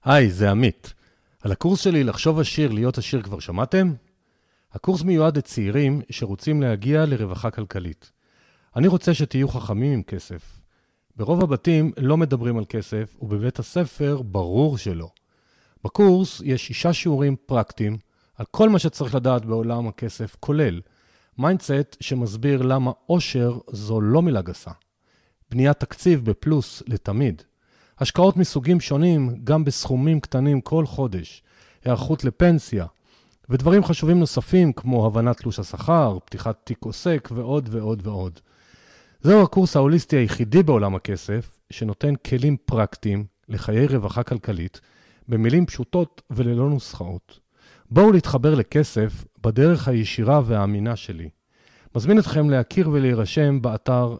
היי, זה עמית. על הקורס שלי לחשוב עשיר, להיות עשיר כבר שמעתם? הקורס מיועד לצעירים שרוצים להגיע לרווחה כלכלית. אני רוצה שתהיו חכמים עם כסף. ברוב הבתים לא מדברים על כסף, ובבית הספר ברור שלא. בקורס יש 6 שיעורים פרקטיים על כל מה שצריך לדעת בעולם הכסף, כולל מיינדסט שמסביר למה עושר זו לא מילה גסה. בניית תקציב בפלוס לתמיד. השקעות מסוגים שונים, גם בסכומים קטנים כל חודש, היערכות לפנסיה, ודברים חשובים נוספים כמו הבנת תלוש השכר, פתיחת תיק עוסק ועוד ועוד ועוד. זהו הקורס ההוליסטי היחידי בעולם הכסף, שנותן כלים פרקטיים לחיי רווחה כלכלית, במילים פשוטות וללא נוסחאות. בואו להתחבר לכסף בדרך הישירה והאמינה שלי. מזמין אתכם להכיר ולהירשם באתר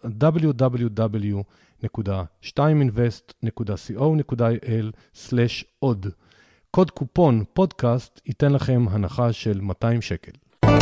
www.2invest.co.il/עוד. קוד קופון פודקאסט ייתן לכם הנחה של 200 שקל.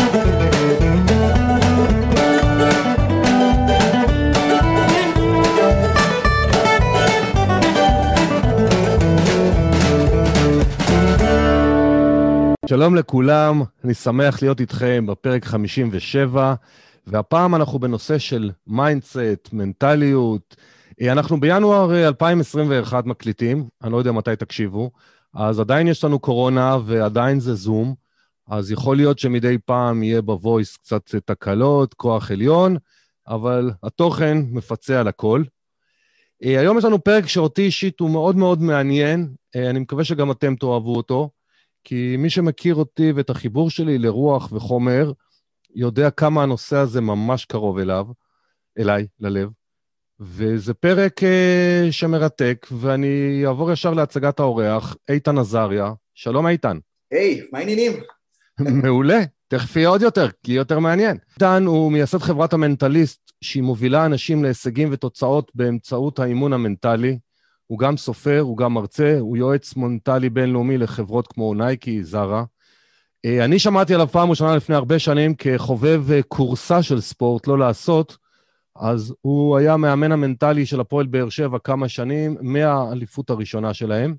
שלום לכולם, אני שמח להיות איתכם בפרק 57, והפעם אנחנו בנושא של מיינדסט, מנטליות. אנחנו בינואר 2021 מקליטים, אני לא יודע מתי תקשיבו, אז עדיין יש לנו קורונה ועדיין זה זום, אז יכול להיות שמדי פעם יהיה בוויס קצת תקלות, כוח עליון, אבל התוכן מפצה על הכל. היום יש לנו פרק שאותי אישית הוא מאוד מאוד מעניין, אני מקווה שגם אתם תאהבו אותו, כי מי שמכיר אותי ואת החיבור שלי לרוח וחומר, יודע כמה הנושא הזה ממש קרוב אליי, ללב. וזה פרק שמרתק, ואני אעבור ישר להצגת האורח, איתן עזריה. שלום איתן. היי, מה העניינים? מעולה, תכף יהיה עוד יותר, כי יותר מעניין. איתן הוא מייסד חברת המנטליסט, שהיא מובילה אנשים להישגים ותוצאות באמצעות האימון המנטלי. הוא גם סופר, הוא גם מרצה, הוא יועץ מנטלי בינלאומי לחברות כמו נייקי, זרה. אני שמעתי עליו פעם ראשונה לפני הרבה שנים כחובב קורסה של ספורט, לא לעשות, אז הוא היה מאמן המנטלי של הפועל באר שבע כמה שנים, מהאליפות הראשונה שלהם,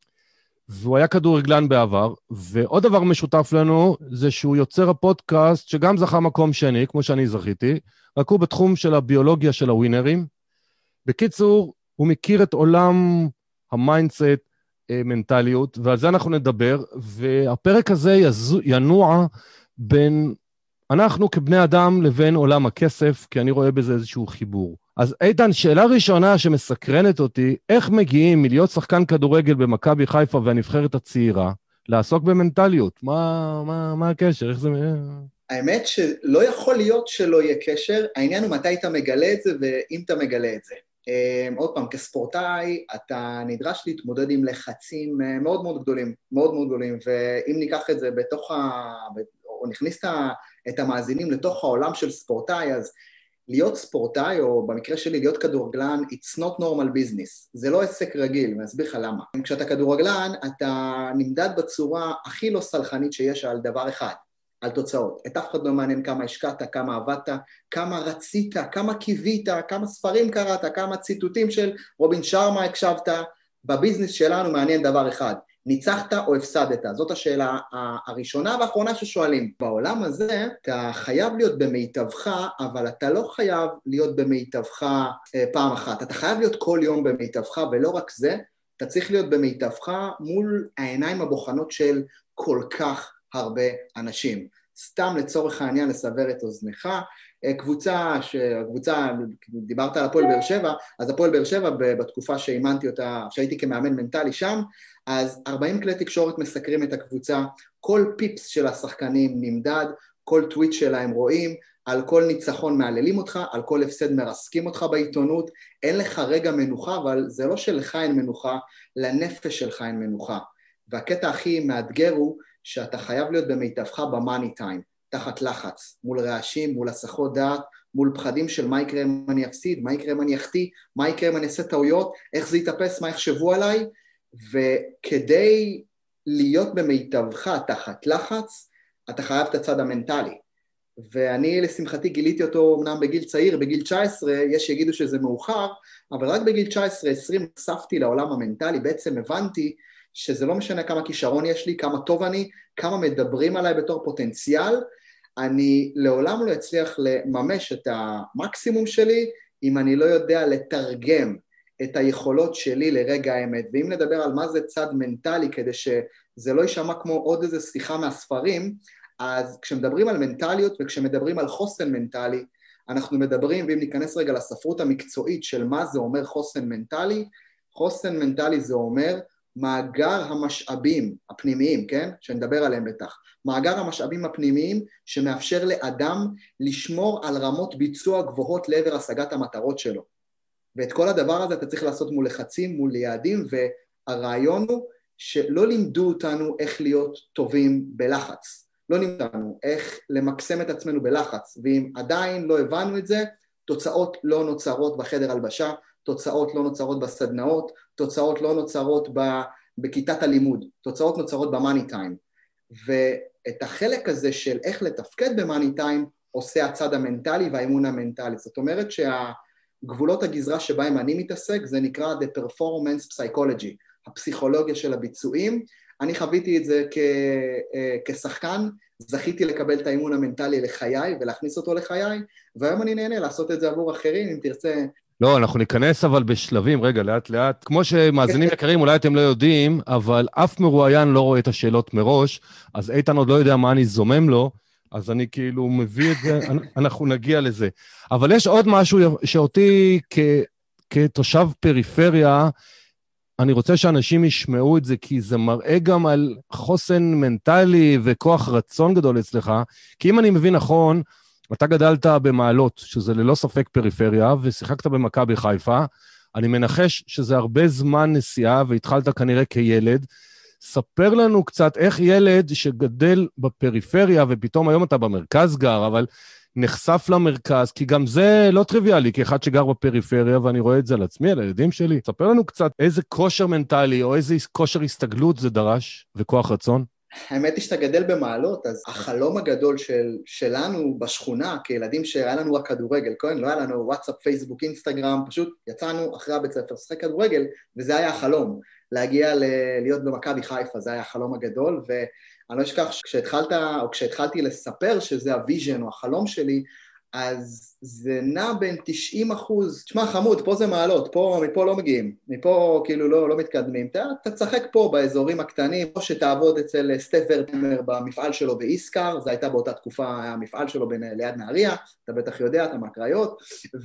והוא היה כדורגלן בעבר, ועוד דבר משותף לנו זה שהוא יוצר הפודקאסט שגם זכה מקום שני, כמו שאני זכיתי, רק הוא בתחום של הביולוגיה של הווינרים. בקיצור, הוא מכיר את עולם המיינדסט, מנטליות, ועל זה אנחנו נדבר, והפרק הזה ינוע בין אנחנו כבני אדם לבין עולם הכסף, כי אני רואה בזה איזשהו חיבור. אז איתן, שאלה ראשונה שמסקרנת אותי, איך מגיעים מלהיות שחקן כדורגל במכבי חיפה והנבחרת הצעירה, לעסוק במנטליות? מה הקשר? איך זה... האמת שלא יכול להיות שלא יהיה קשר, העניין הוא מתי אתה מגלה את זה ואם אתה מגלה את זה. עוד פעם, כספורטאי, אתה נדרש להתמודד עם לחצים מאוד מאוד גדולים, מאוד מאוד גדולים, ואם ניקח את זה או נכניס את המאזינים לתוך העולם של ספורטאי, אז להיות ספורטאי, או במקרה שלי להיות כדורגלן, it's not normal business, זה לא עסק רגיל, ואני אסביר לך למה. כשאתה כדורגלן, אתה נמדד בצורה הכי לא סלחנית שיש על דבר אחד, על תוצאות. את אף אחד לא מעניין כמה השקעת, כמה עבדת, כמה רצית, כמה קיווית, כמה ספרים קראת, כמה ציטוטים של רובין שרמה הקשבת. בביזנס שלנו מעניין דבר אחד, ניצחת או הפסדת? זאת השאלה הראשונה והאחרונה ששואלים. בעולם הזה אתה חייב להיות במיטבך, אבל אתה לא חייב להיות במיטבך פעם אחת. אתה חייב להיות כל יום במיטבך, ולא רק זה, אתה צריך להיות במיטבך מול העיניים הבוחנות של כל כך הרבה אנשים. סתם לצורך העניין לסבר את אוזנך, קבוצה, דיברת על הפועל באר שבע, אז הפועל באר שבע בתקופה שאימנתי אותה, שהייתי כמאמן מנטלי שם, אז 40 כלי תקשורת מסקרים את הקבוצה, כל פיפס של השחקנים נמדד, כל טוויט שלהם רואים, על כל ניצחון מעללים אותך, על כל הפסד מרסקים אותך בעיתונות, אין לך רגע מנוחה, אבל זה לא שלך אין מנוחה, לנפש שלך אין מנוחה. והקטע הכי מאתגר הוא שאתה חייב להיות במיטבך במאני טיים, תחת לחץ, מול רעשים, מול הסחות דעת, מול פחדים של מה יקרה אם אני אפסיד, מה יקרה אם אני אחטיא, מה יקרה אם אני אעשה טעויות, איך זה יתאפס, מה יחשבו עליי, וכדי להיות במיטבך תחת לחץ, אתה חייב את הצד המנטלי. ואני לשמחתי גיליתי אותו אמנם בגיל צעיר, בגיל 19, יש שיגידו שזה מאוחר, אבל רק בגיל 19-20 נחשפתי לעולם המנטלי, בעצם הבנתי שזה לא משנה כמה כישרון יש לי, כמה טוב אני, כמה מדברים עליי בתור פוטנציאל, אני לעולם לא אצליח לממש את המקסימום שלי, אם אני לא יודע לתרגם את היכולות שלי לרגע האמת. ואם נדבר על מה זה צד מנטלי, כדי שזה לא יישמע כמו עוד איזה שיחה מהספרים, אז כשמדברים על מנטליות וכשמדברים על חוסן מנטלי, אנחנו מדברים, ואם ניכנס רגע לספרות המקצועית של מה זה אומר חוסן מנטלי, חוסן מנטלי זה אומר מאגר המשאבים הפנימיים, כן? שנדבר עליהם בטח. מאגר המשאבים הפנימיים שמאפשר לאדם לשמור על רמות ביצוע גבוהות לעבר השגת המטרות שלו. ואת כל הדבר הזה אתה צריך לעשות מול לחצים, מול יעדים, והרעיון הוא שלא לימדו אותנו איך להיות טובים בלחץ. לא לימדו אותנו איך למקסם את עצמנו בלחץ, ואם עדיין לא הבנו את זה, תוצאות לא נוצרות בחדר הלבשה, תוצאות לא נוצרות בסדנאות, תוצאות לא נוצרות בכיתת הלימוד, תוצאות נוצרות במאני טיים. ואת החלק הזה של איך לתפקד במאני טיים, עושה הצד המנטלי והאימון המנטלי. זאת אומרת גבולות הגזרה שבהם אני מתעסק, זה נקרא The Performance Psychology, הפסיכולוגיה של הביצועים. אני חוויתי את זה כשחקן, זכיתי לקבל את האימון המנטלי לחיי ולהכניס אותו לחיי, והיום אני נהנה לעשות את זה עבור אחרים, אם תרצה. לא, אנחנו ניכנס אבל בשלבים, רגע, לאט לאט. כמו שמאזינים יקרים, אולי אתם לא יודעים, אבל אף מרואיין לא רואה את השאלות מראש, אז איתן עוד לא יודע מה אני זומם לו, אז אני כאילו מביא את זה, אנחנו נגיע לזה. אבל יש עוד משהו שאותי כתושב פריפריה, אני רוצה שאנשים ישמעו את זה, כי זה מראה גם על חוסן מנטלי וכוח רצון גדול אצלך, כי אם אני מבין נכון, אתה גדלת במעלות, שזה ללא ספק פריפריה, ושיחקת במכבי חיפה, אני מנחש שזה הרבה זמן נסיעה, והתחלת כנראה כילד, ספר לנו קצת איך ילד שגדל בפריפריה, ופתאום היום אתה במרכז גר, אבל נחשף למרכז, כי גם זה לא טריוויאלי, כאחד שגר בפריפריה, ואני רואה את זה על עצמי, על הילדים שלי. ספר לנו קצת איזה כושר מנטלי, או איזה כושר הסתגלות זה דרש, וכוח רצון. האמת היא שאתה גדל במעלות, אז החלום הגדול שלנו בשכונה, כילדים שהיה לנו רק כדורגל, כן? לא היה לנו וואטסאפ, פייסבוק, אינסטגרם, פשוט יצאנו אחרי הבית ספר, שחק כדורגל, וזה היה החלום. להגיע להיות במכבי חיפה, זה היה החלום הגדול, ואני לא אשכח כשהתחלתי לספר שזה הוויז'ן או החלום שלי, אז זה נע בין 90%, תשמע חמוד, פה זה מעלות, מפה לא מגיעים, מפה כאילו לא מתקדמים, אתה תשחק פה באזורים הקטנים, או שתעבוד אצל סטף ורטמר במפעל שלו באיסקר, זה הייתה באותה תקופה, המפעל שלו ליד נהריה, אתה בטח יודע, אתה מהקריות,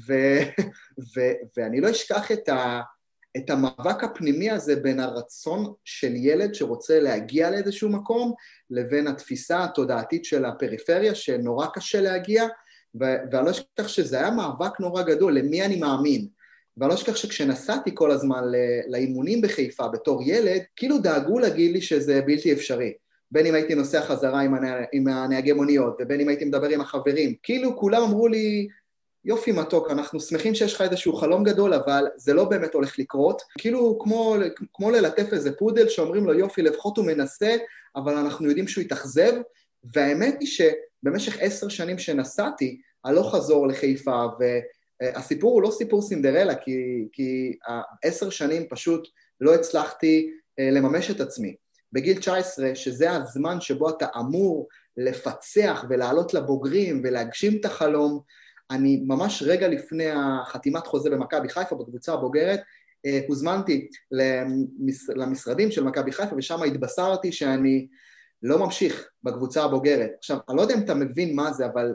ואני לא אשכח את המאבק הפנימי הזה בין הרצון של ילד שרוצה להגיע לאיזשהו מקום, לבין התפיסה התודעתית של הפריפריה, שנורא קשה להגיע, ואני לא אשכח שזה היה מאבק נורא גדול, למי אני מאמין. ואני לא אשכח שכשנסעתי כל הזמן לאימונים בחיפה בתור ילד, כאילו דאגו להגיד לי שזה בלתי אפשרי. בין אם הייתי נוסע חזרה עם הנהגי מוניות, ובין אם הייתי מדבר עם החברים. כאילו כולם אמרו לי, יופי מתוק, אנחנו שמחים שיש לך איזשהו חלום גדול, אבל זה לא באמת הולך לקרות. כאילו כמו ללטף איזה פודל שאומרים לו, יופי, לפחות הוא מנסה, אבל אנחנו יודעים שהוא יתאכזב. והאמת היא שבמשך 10 שנים שנסעתי, הלוך חזור לחיפה, והסיפור הוא לא סיפור סינדרלה, כי 10 שנים פשוט לא הצלחתי לממש את עצמי. בגיל 19, שזה הזמן שבו אתה אמור לפצח ולעלות לבוגרים ולהגשים את החלום, אני ממש רגע לפני החתימת חוזה במכבי חיפה, בקבוצה הבוגרת, הוזמנתי למשרדים של מכבי חיפה, ושם התבשרתי שאני לא ממשיך בקבוצה הבוגרת. עכשיו, אני לא יודע אם אתה מבין מה זה, אבל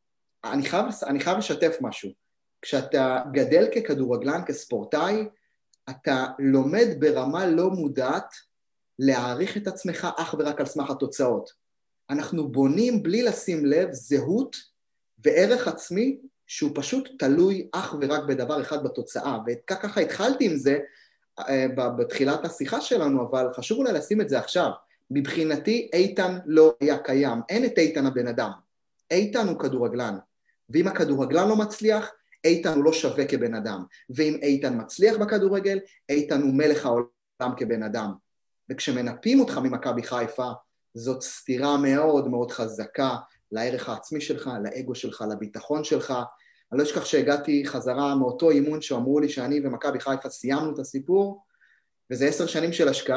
אני חייב לשתף משהו. כשאתה גדל ככדורגלן, כספורטאי, אתה לומד ברמה לא מודעת להעריך את עצמך אך ורק על סמך התוצאות. אנחנו בונים בלי לשים לב זהות וערך עצמי שהוא פשוט תלוי אך ורק בדבר אחד בתוצאה. וככה התחלתי עם זה בתחילת השיחה שלנו, אבל חשוב אולי לשים את זה עכשיו. מבחינתי איתן לא היה קיים, אין את איתן הבן אדם. איתן הוא כדורגלן, ואם הכדורגלן לא מצליח, איתן הוא לא שווה כבן אדם. ואם איתן מצליח בכדורגל, איתן הוא מלך העולם כבן אדם. וכשמנפים אותך ממכבי חיפה, זאת סתירה מאוד מאוד חזקה לערך העצמי שלך, לאגו שלך, לביטחון שלך. אני לא אשכח שהגעתי חזרה מאותו אימון שאמרו לי שאני ומכבי חיפה סיימנו את הסיפור, וזה 10 שנים של השקעה.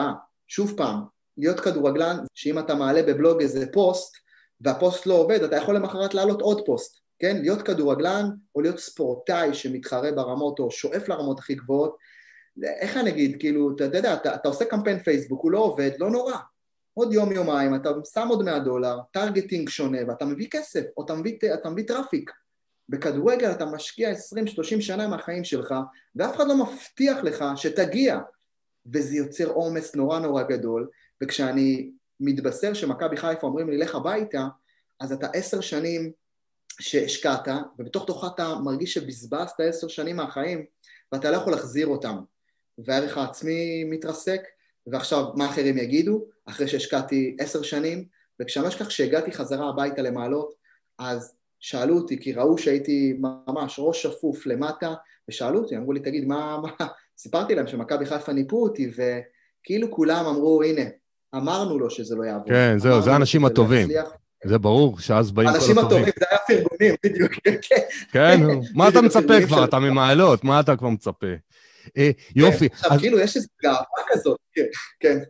שוב פעם, להיות כדורגלן, שאם אתה מעלה בבלוג איזה פוסט, והפוסט לא עובד, אתה יכול למחרת לעלות עוד פוסט, כן? להיות כדורגלן, או להיות ספורטאי שמתחרה ברמות, או שואף לרמות הכי גבוהות, איך אני אגיד, כאילו, אתה יודע, אתה עושה קמפיין פייסבוק, הוא לא עובד, לא נורא. עוד יום, יומיים, אתה שם עוד $100, טרגטינג שונה, ואתה מביא כסף, או אתה מביא טראפיק. בכדורגל אתה משקיע 20-30 שנה מהחיים שלך, ואף אחד לא מבטיח לך שתגיע, וזה יוצר עומס נורא נורא גדול, וכשאני מתבשר שמכבי חיפה אומרים לי, לך הביתה, אז אתה 10 שנים שהשקעת, ובתוך תוכה אתה מרגיש שבזבזת 10 שנים מהחיים, ואתה לא יכול להחזיר אותם, והערך העצמי מתרסק, ועכשיו מה אחרים יגידו? אחרי שהשקעתי 10 שנים, וכשמש כך שהגעתי חזרה הביתה למעלות, אז שאלו אותי, כי ראו שהייתי ממש ראש שפוף למטה, ושאלו אותי, אמרו לי, תגיד, מה? סיפרתי להם שמכבי חיפה ניפו אותי, וכאילו כולם אמרו, הנה, אמרנו לו שזה לא יעבור. כן, זהו, זה האנשים הטובים. זה ברור שאז באים כל הטובים. אנשים הטובים, זה היה פרגונים, בדיוק. כן, מה אתה מצפה כבר? אתה ממעלות, מה אתה כבר מצפה? יופי. עכשיו, כאילו, יש איזו גאווה כזאת, כן.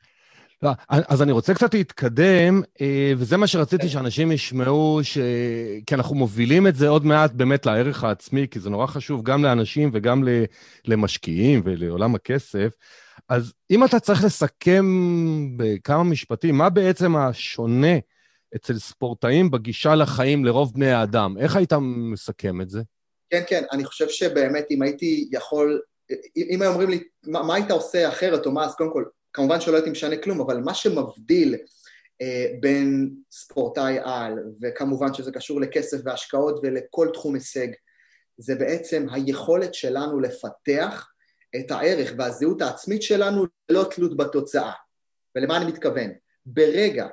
אז אני רוצה קצת להתקדם, וזה מה שרציתי שאנשים ישמעו, כי אנחנו מובילים את זה עוד מעט באמת לערך העצמי, כי זה נורא חשוב גם לאנשים וגם למשקיעים ולעולם הכסף. אז אם אתה צריך לסכם בכמה משפטים, מה בעצם השונה אצל ספורטאים בגישה לחיים לרוב בני האדם? איך היית מסכם את זה? כן, אני חושב שבאמת אם הייתי יכול, אם היו אומרים לי, מה היית עושה אחרת או מה, אז קודם כל, כמובן שלא הייתי משנה כלום, אבל מה שמבדיל בין ספורטאי על, וכמובן שזה קשור לכסף והשקעות ולכל תחום הישג, זה בעצם היכולת שלנו לפתח את הערך והזהות העצמית שלנו ללא תלות בתוצאה. ולמה אני מתכוון? ברגע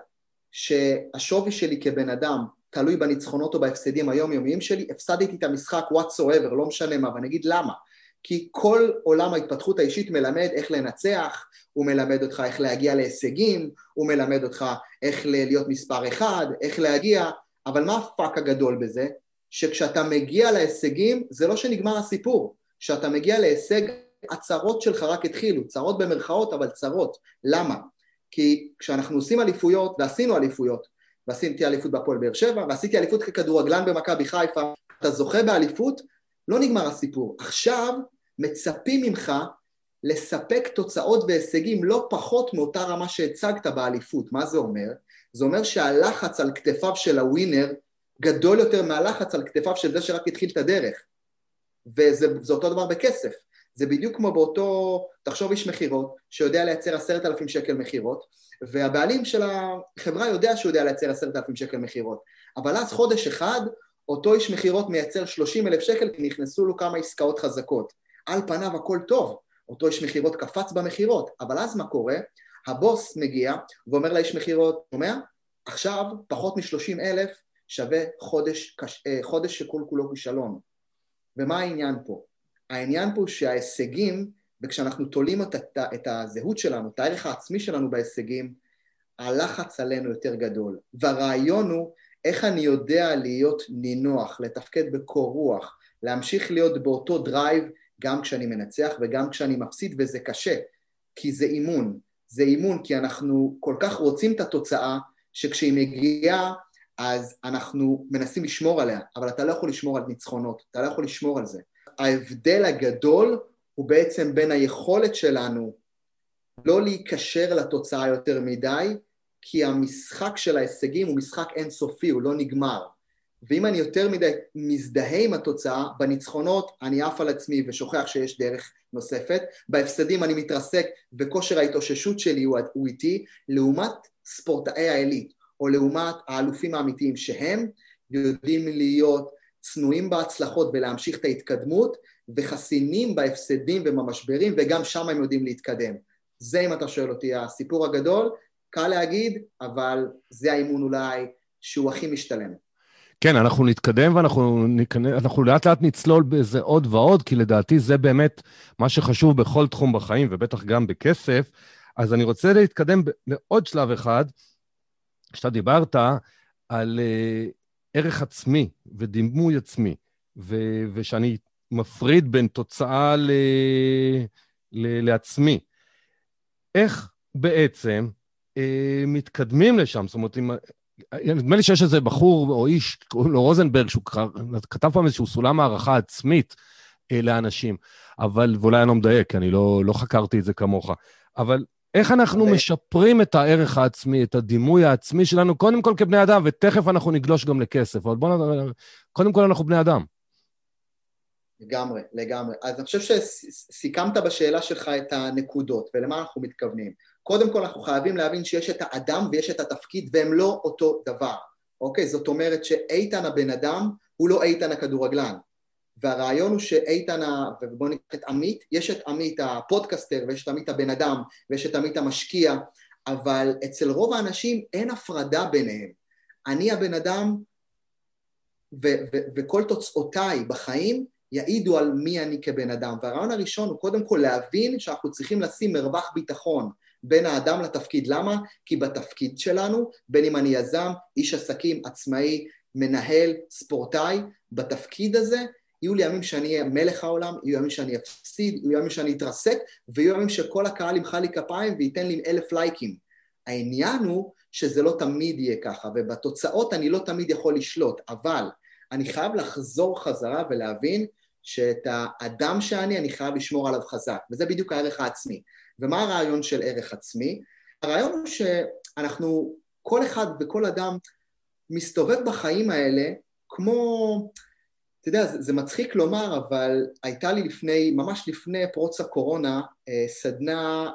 שהשווי שלי כבן אדם תלוי בניצחונות או בהפסדים היומיומיים שלי, הפסדתי את המשחק whatsoever, לא משנה מה, ואני אגיד למה. כי כל עולם ההתפתחות האישית מלמד איך לנצח, הוא מלמד אותך איך להגיע להישגים, הוא מלמד אותך איך להיות מספר אחד, איך להגיע, אבל מה הפאק הגדול בזה? שכשאתה מגיע להישגים, זה לא שנגמר הסיפור. כשאתה מגיע להישג, הצרות שלך רק התחילו, צרות במרכאות, אבל צרות. למה? כי כשאנחנו עושים אליפויות, ועשינו אליפויות, ועשיתי אליפות בהפועל באר שבע, ועשיתי אליפות ככדורגלן במכבי חיפה, אתה זוכה באליפות, לא נגמר הסיפור. עכשיו מצפים ממך לספק תוצאות והישגים לא פחות מאותה רמה שהצגת באליפות. מה זה אומר? זה אומר שהלחץ על כתפיו של הווינר גדול יותר מהלחץ על כתפיו של זה שרק התחיל את הדרך. וזה אותו דבר בכסף. זה בדיוק כמו באותו, תחשוב איש מחירות, שיודע לייצר 10,000 שקל מחירות, והבעלים של החברה יודע שהוא יודע לייצר 10,000 שקל מחירות. אבל אז חודש אחד, אותו איש מחירות מייצר 30,000 שקל, כי נכנסו לו כמה עסקאות חזקות. על פניו הכל טוב, אותו איש מחירות קפץ במחירות, אבל אז מה קורה? הבוס מגיע ואומר לאיש מחירות, שומע? עכשיו פחות מ-30,000 שווה חודש שכל כולו כישלון. ומה העניין פה? העניין פה שההישגים, וכשאנחנו תולים את הזהות שלנו, את הערך העצמי שלנו בהישגים, הלחץ עלינו יותר גדול. והרעיון הוא איך אני יודע להיות נינוח, לתפקד בקור רוח, להמשיך להיות באותו דרייב, גם כשאני מנצח וגם כשאני מפסיד, וזה קשה, כי זה אימון. זה אימון כי אנחנו כל כך רוצים את התוצאה, שכשהיא מגיעה, אז אנחנו מנסים לשמור עליה, אבל אתה לא יכול לשמור על ניצחונות, אתה לא יכול לשמור על זה. ההבדל הגדול הוא בעצם בין היכולת שלנו לא להיקשר לתוצאה יותר מדי, כי המשחק של ההישגים הוא משחק אינסופי, הוא לא נגמר. ואם אני יותר מדי מזדהה עם התוצאה, בניצחונות אני עף על עצמי ושוכח שיש דרך נוספת, בהפסדים אני מתרסק וכושר ההתאוששות שלי הוא איתי, לעומת ספורטאי העילית, או לעומת האלופים האמיתיים שהם יודעים להיות צנועים בהצלחות ולהמשיך את ההתקדמות, וחסינים בהפסדים ובמשברים, וגם שם הם יודעים להתקדם. זה אם אתה שואל אותי הסיפור הגדול, קל להגיד, אבל זה האימון אולי שהוא הכי משתלם. כן, אנחנו נתקדם ואנחנו לאט לאט נצלול בזה עוד ועוד, כי לדעתי זה באמת מה שחשוב בכל תחום בחיים, ובטח גם בכסף. אז אני רוצה להתקדם לעוד שלב אחד, שאתה דיברת על ערך עצמי ודימוי עצמי, ושאני מפריד בין תוצאה לעצמי. איך בעצם מתקדמים לשם, זאת אומרת, נדמה לי שיש איזה בחור או איש, קוראים לו רוזנברג, שהוא כתב פעם איזשהו סולם הערכה עצמית לאנשים, אבל, ואולי אני לא מדייק, כי אני לא חקרתי את זה כמוך, אבל איך אנחנו משפרים את הערך העצמי, את הדימוי העצמי שלנו, קודם כל כבני אדם, ותכף אנחנו נגלוש גם לכסף, אבל קודם כל אנחנו בני אדם. לגמרי, לגמרי. אז אני חושב שסיכמת בשאלה שלך את הנקודות, ולמה אנחנו מתכוונים. קודם כל אנחנו חייבים להבין שיש את האדם ויש את התפקיד, והם לא אותו דבר. אוקיי? זאת אומרת שאיתן הבן אדם הוא לא איתן הכדורגלן. והרעיון הוא שאיתן, ובואו ניקח את עמית, יש את עמית הפודקאסטר, ויש את עמית הבן אדם, ויש את עמית המשקיע, אבל אצל רוב האנשים אין הפרדה ביניהם. אני הבן אדם, וכל תוצאותיי בחיים, יעידו על מי אני כבן אדם. והרעיון הראשון הוא קודם כל להבין שאנחנו צריכים לשים מרווח ביטחון בין האדם לתפקיד. למה? כי בתפקיד שלנו, בין אם אני יזם, איש עסקים, עצמאי, מנהל, ספורטאי, בתפקיד הזה יהיו לי ימים שאני אהיה מלך העולם, יהיו ימים שאני אפסיד, יהיו ימים שאני אתרסק, ויהיו ימים שכל הקהל ימחא לי כפיים וייתן לי 1,000 לייקים. העניין הוא שזה לא תמיד יהיה ככה, ובתוצאות אני לא תמיד יכול לשלוט, אבל אני חייב לחזור חזרה ולהבין שאת האדם אני חייב לשמור עליו חזק, וזה בדיוק הערך העצמי. ומה הרעיון של ערך עצמי? הרעיון הוא שאנחנו, כל אחד וכל אדם מסתובב בחיים האלה כמו, אתה יודע, זה מצחיק לומר, אבל הייתה לי ממש לפני פרוץ הקורונה, סדנה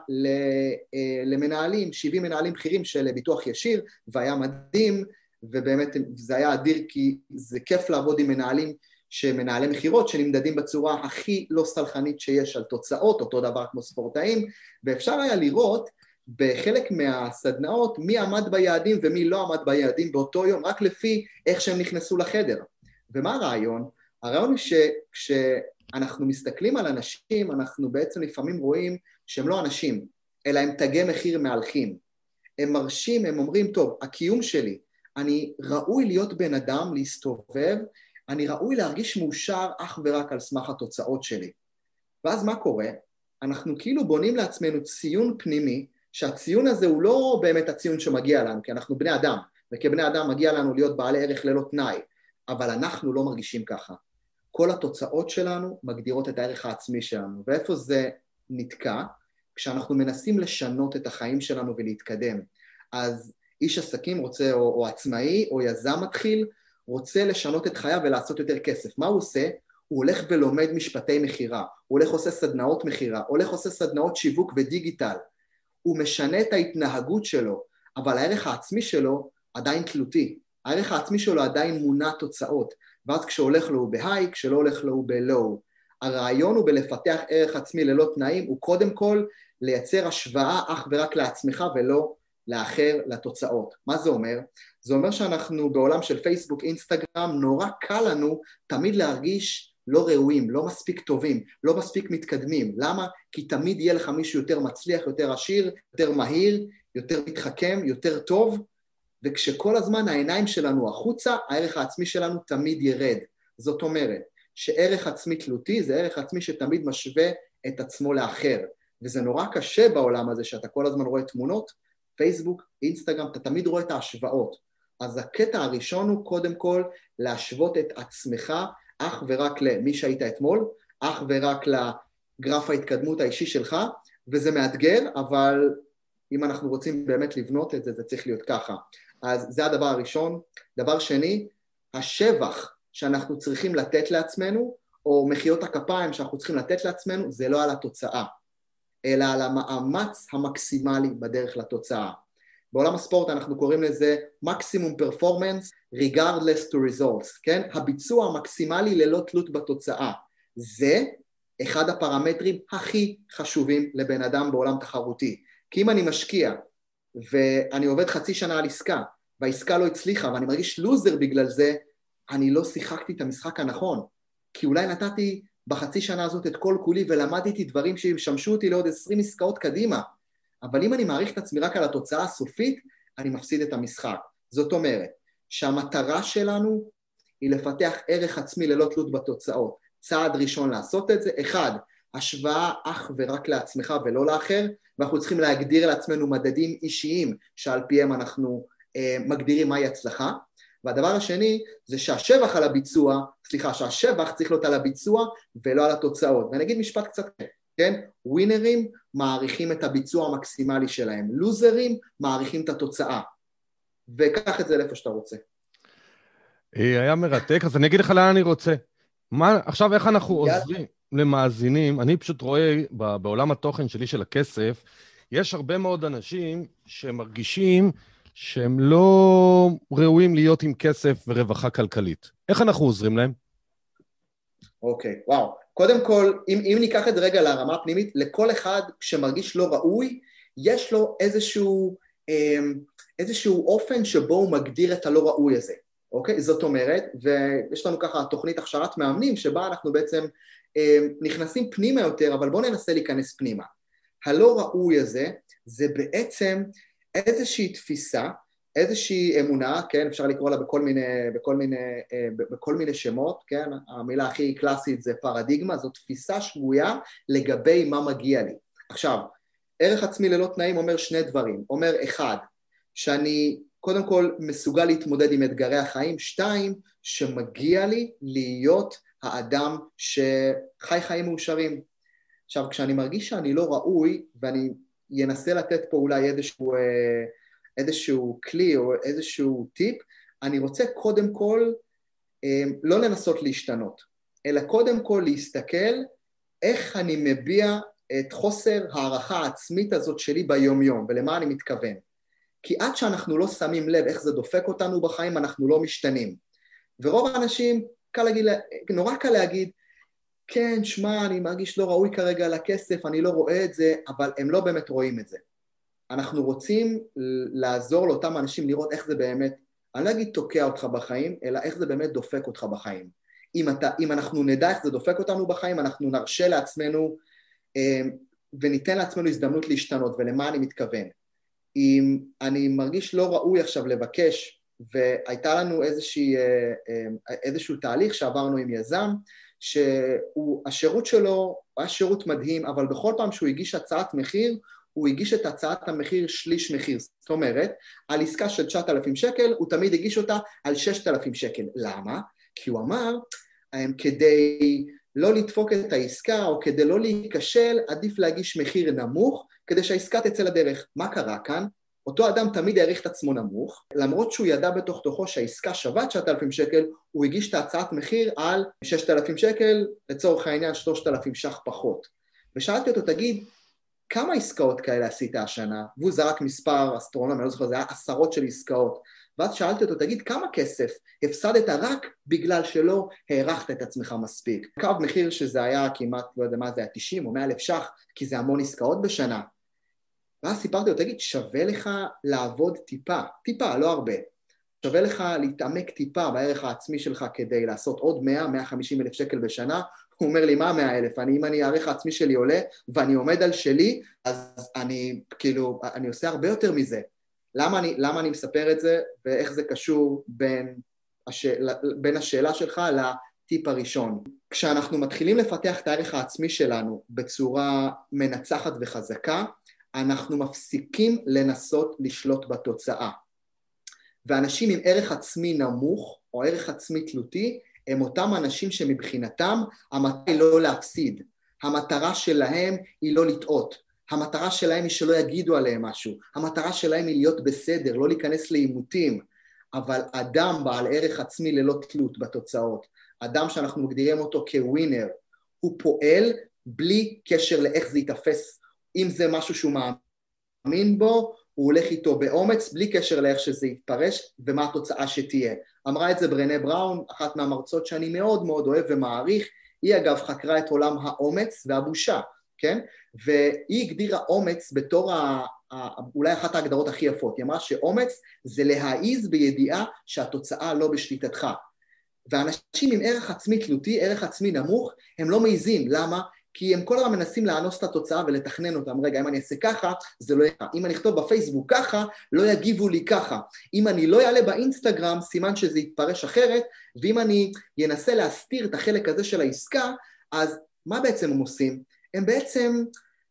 למנהלים, 70 מנהלים בכירים של ביטוח ישיר, והיה מדהים, ובאמת זה היה אדיר, כי זה כיף לעבוד עם מנהלים שמנהלי מחירות, שנמדדים בצורה הכי לא סלחנית שיש על תוצאות, אותו דבר כמו ספורטאים, ואפשר היה לראות בחלק מהסדנאות מי עמד ביעדים ומי לא עמד ביעדים באותו יום, רק לפי איך שהם נכנסו לחדר. ומה הרעיון? הרעיון הוא שכשאנחנו מסתכלים על אנשים, אנחנו בעצם לפעמים רואים שהם לא אנשים, אלא הם תגי מחיר מהלכים. הם מרשים, הם אומרים, טוב, הקיום שלי, אני ראוי להיות בן אדם, להסתובב, אני ראוי להרגיש מאושר אך ורק על סמך התוצאות שלי. ואז מה קורה? אנחנו כאילו בונים לעצמנו ציון פנימי, שהציון הזה הוא לא באמת הציון שמגיע לנו, כי אנחנו בני אדם, וכבני אדם מגיע לנו להיות בעלי ערך ללא תנאי, אבל אנחנו לא מרגישים ככה. כל התוצאות שלנו מגדירות את הערך העצמי שלנו, ואיפה זה נתקע? כשאנחנו מנסים לשנות את החיים שלנו ולהתקדם. אז איש עסקים רוצה, או עצמאי, או יזם מתחיל, רוצה לשנות את חייו ולעשות יותר כסף. מה הוא עושה? הוא הולך ולומד משפטי מחירה, הוא הולך עושה סדנאות מחירה, הולך עושה סדנאות שיווק ודיגיטל. הוא משנה את ההתנהגות שלו, אבל הערך העצמי שלו עדיין תלותי. הערך העצמי שלו עדיין מונע תוצאות, ואז כשהולך לו הוא בהיי, כשלא הולך לו הוא בלואו. הרעיון הוא בלפתח ערך עצמי ללא תנאים, הוא קודם כל לייצר השוואה אך ורק לעצמך ולא לאחר, לתוצאות. מה זה אומר? זה אומר שאנחנו בעולם של פייסבוק, אינסטגרם, נורא קל לנו תמיד להרגיש לא ראויים, לא מספיק טובים, לא מספיק מתקדמים. למה? כי תמיד יהיה לך מישהו יותר מצליח, יותר עשיר, יותר מהיר, יותר מתחכם, יותר טוב, וכשכל הזמן העיניים שלנו החוצה, הערך העצמי שלנו תמיד ירד. זאת אומרת, שערך עצמי תלותי זה ערך עצמי שתמיד משווה את עצמו לאחר, וזה נורא קשה בעולם הזה שאתה כל הזמן רואה תמונות, פייסבוק, אינסטגרם, אתה תמיד רואה את ההשוואות. אז הקטע הראשון הוא קודם כל להשוות את עצמך אך ורק למי שהיית אתמול, אך ורק לגרף ההתקדמות האישי שלך, וזה מאתגר, אבל אם אנחנו רוצים באמת לבנות את זה, זה צריך להיות ככה. אז זה הדבר הראשון. דבר שני, השבח שאנחנו צריכים לתת לעצמנו, או מחיאות הכפיים שאנחנו צריכים לתת לעצמנו, זה לא על התוצאה, אלא על המאמץ המקסימלי בדרך לתוצאה. בעולם הספורט אנחנו קוראים לזה מקסימום פרפורמנס, regardless to results, כן? הביצוע המקסימלי ללא תלות בתוצאה. זה אחד הפרמטרים הכי חשובים לבן אדם בעולם תחרותי. כי אם אני משקיע, ואני עובד חצי שנה על עסקה, והעסקה לא הצליחה, ואני מרגיש לוזר בגלל זה, אני לא שיחקתי את המשחק הנכון. כי אולי נתתי בחצי שנה הזאת את כל כולי, ולמדתי דברים שישמשו אותי לעוד 20 עסקאות קדימה. אבל אם אני מעריך את עצמי רק על התוצאה הסופית, אני מפסיד את המשחק. זאת אומרת, שהמטרה שלנו היא לפתח ערך עצמי ללא תלות בתוצאות. צעד ראשון לעשות את זה, אחד, השוואה אך ורק לעצמך ולא לאחר, ואנחנו צריכים להגדיר לעצמנו מדדים אישיים שעל פיהם אנחנו מגדירים מהי הצלחה. והדבר השני זה שהשבח צריך להיות על הביצוע ולא על התוצאות. ואני אגיד משפט קצת, כן? ווינרים מעריכים את הביצוע המקסימלי שלהם, לוזרים מעריכים את התוצאה. וקח את זה לאיפה שאתה רוצה. היה מרתק, אז אני אגיד לך לאן אני רוצה. עכשיו איך אנחנו עוזרים למאזינים? אני פשוט רואה בעולם התוכן שלי של הכסף, יש הרבה מאוד אנשים שמרגישים שהם לא ראויים להיות עם כסף ורווחה כלכלית. איך אנחנו עוזרים להם? אוקיי, וואו. קודם כל, אם ניקח את זה רגע לרמה הפנימית, לכל אחד שמרגיש לא ראוי, יש לו איזשהו אופן שבו הוא מגדיר את הלא ראוי הזה. אוקיי? זאת אומרת, ויש לנו ככה תוכנית הכשרת מאמנים, שבה אנחנו בעצם נכנסים פנימה יותר, אבל בואו ננסה להיכנס פנימה. הלא ראוי הזה, זה בעצם איזושהי תפיסה, איזושהי אמונה, כן, אפשר לקרוא לה בכל מיני שמות, כן, המילה הכי קלאסית זה פרדיגמה, זו תפיסה שגויה לגבי מה מגיע לי. עכשיו, ערך עצמי ללא תנאים אומר שני דברים, אומר אחד, שאני קודם כל מסוגל להתמודד עם אתגרי החיים, שתיים, שמגיע לי להיות האדם שחי חיים מאושרים. עכשיו, כשאני מרגיש שאני לא ראוי, ואני אנסה לתת פה אולי איזשהו כלי או איזשהו טיפ, אני רוצה קודם כל לא לנסות להשתנות, אלא קודם כל להסתכל איך אני מביע את חוסר הערכה העצמית הזאת שלי ביום-יום, ולמה אני מתכוון. כי עד שאנחנו לא שמים לב איך זה דופק אותנו בחיים, אנחנו לא משתנים. ורוב האנשים, נורא קל להגיד, כן, שמע, אני מרגיש לא ראוי כרגע לכסף, אני לא רואה את זה, אבל הם לא באמת רואים את זה. אנחנו רוצים לעזור לאותם אנשים לראות איך זה באמת, אני לא אגיד תוקע אותך בחיים, אלא איך זה באמת דופק אותך בחיים. אם אנחנו נדע איך זה דופק אותנו בחיים, אנחנו נרשה לעצמנו, וניתן לעצמנו הזדמנות להשתנות, ולמה אני מתכוון. אם אני מרגיש לא ראוי עכשיו לבקש, והייתה לנו איזשהו תהליך שעברנו עם יזם, שהשירות שלו היה שירות מדהים, אבל בכל פעם שהוא הגיש הצעת מחיר, הוא הגיש את הצעת המחיר שליש מחיר. זאת אומרת, על עסקה של 9,000 שקל, הוא תמיד הגיש אותה על 6,000 שקל. למה? כי הוא אמר, כדי לא לדפוק את העסקה, או כדי לא להיכשל, עדיף להגיש מחיר נמוך, כדי שהעסקה תצא לדרך. מה קרה כאן? אותו אדם תמיד העריך את עצמו נמוך, למרות שהוא ידע בתוך תוכו שהעסקה שווה 9,000 שקל, הוא הגיש את הצעת מחיר על 6,000 שקל, לצורך העניין 3,000 ש"ח פחות. ושאלתי אותו, תגיד, כמה עסקאות כאלה עשית השנה? והוא זרק מספר אסטרונומי, אני לא זוכר, זה היה עשרות של עסקאות. ואז שאלתי אותו, תגיד, כמה כסף הפסדת רק בגלל שלא הערכת את עצמך מספיק? קו מחיר שזה היה כמעט, לא יודע מה זה היה, 90 או 100,000 ש"ח, כי זה המון עסקאות בשנה. ואז סיפרתי לו, תגיד, שווה לך לעבוד טיפה, לא הרבה. שווה לך להתעמק טיפה בערך העצמי שלך כדי לעשות עוד 100-150 אלף שקל בשנה. הוא אומר לי, מה 100,000? אם אני הערך העצמי שלי עולה ואני עומד על שלי, אז אני עושה הרבה יותר מזה. למה אני מספר את זה, ואיך זה קשור בין השאלה שלך לטיפ הראשון? כשאנחנו מתחילים לפתח את הערך העצמי שלנו בצורה מנצחת וחזקה, אנחנו מפסיקים לנסות לשלוט בתוצאה. ואנשים עם ערך עצמי נמוך, או ערך עצמי תלותי, הם אותם אנשים שמבחינתם המטרה היא לא להפסיד. המטרה שלהם היא לא לטעות. המטרה שלהם היא שלא יגידו עליהם משהו. המטרה שלהם היא להיות בסדר, לא להיכנס לעימותים. אבל אדם בעל ערך עצמי ללא תלות בתוצאות, אדם שאנחנו מגדירים אותו כווינר, הוא פועל בלי קשר לאיך זה יתפס. אם זה משהו שהוא מאמין בו, הוא הולך איתו באומץ, בלי קשר לאיך שזה יתפרש, ומה התוצאה שתהיה. אמרה את זה ברנה בראון, אחת מהמרצות שאני מאוד מאוד אוהב ומעריך, היא אגב חקרה את עולם האומץ והבושה, כן? והיא הגדירה אומץ בתור אולי אחת ההגדרות הכי יפות. היא אמרה שאומץ זה להעיז בידיעה שהתוצאה לא בשליטתך. ואנשים עם ערך עצמי תלותי, ערך עצמי נמוך, הם לא מעיזים. למה? כי הם כל הזמן מנסים לאנוס את התוצאה ולתכנן אותם. רגע, אם אני אעשה ככה, זה לא יהיה. אם אני אכתוב בפייסבוק ככה, לא יגיבו לי ככה. אם אני לא יעלה באינסטגרם, סימן שזה יתפרש אחרת, ואם אני ינסה להסתיר את החלק הזה של העסקה, אז מה בעצם הם עושים? הם בעצם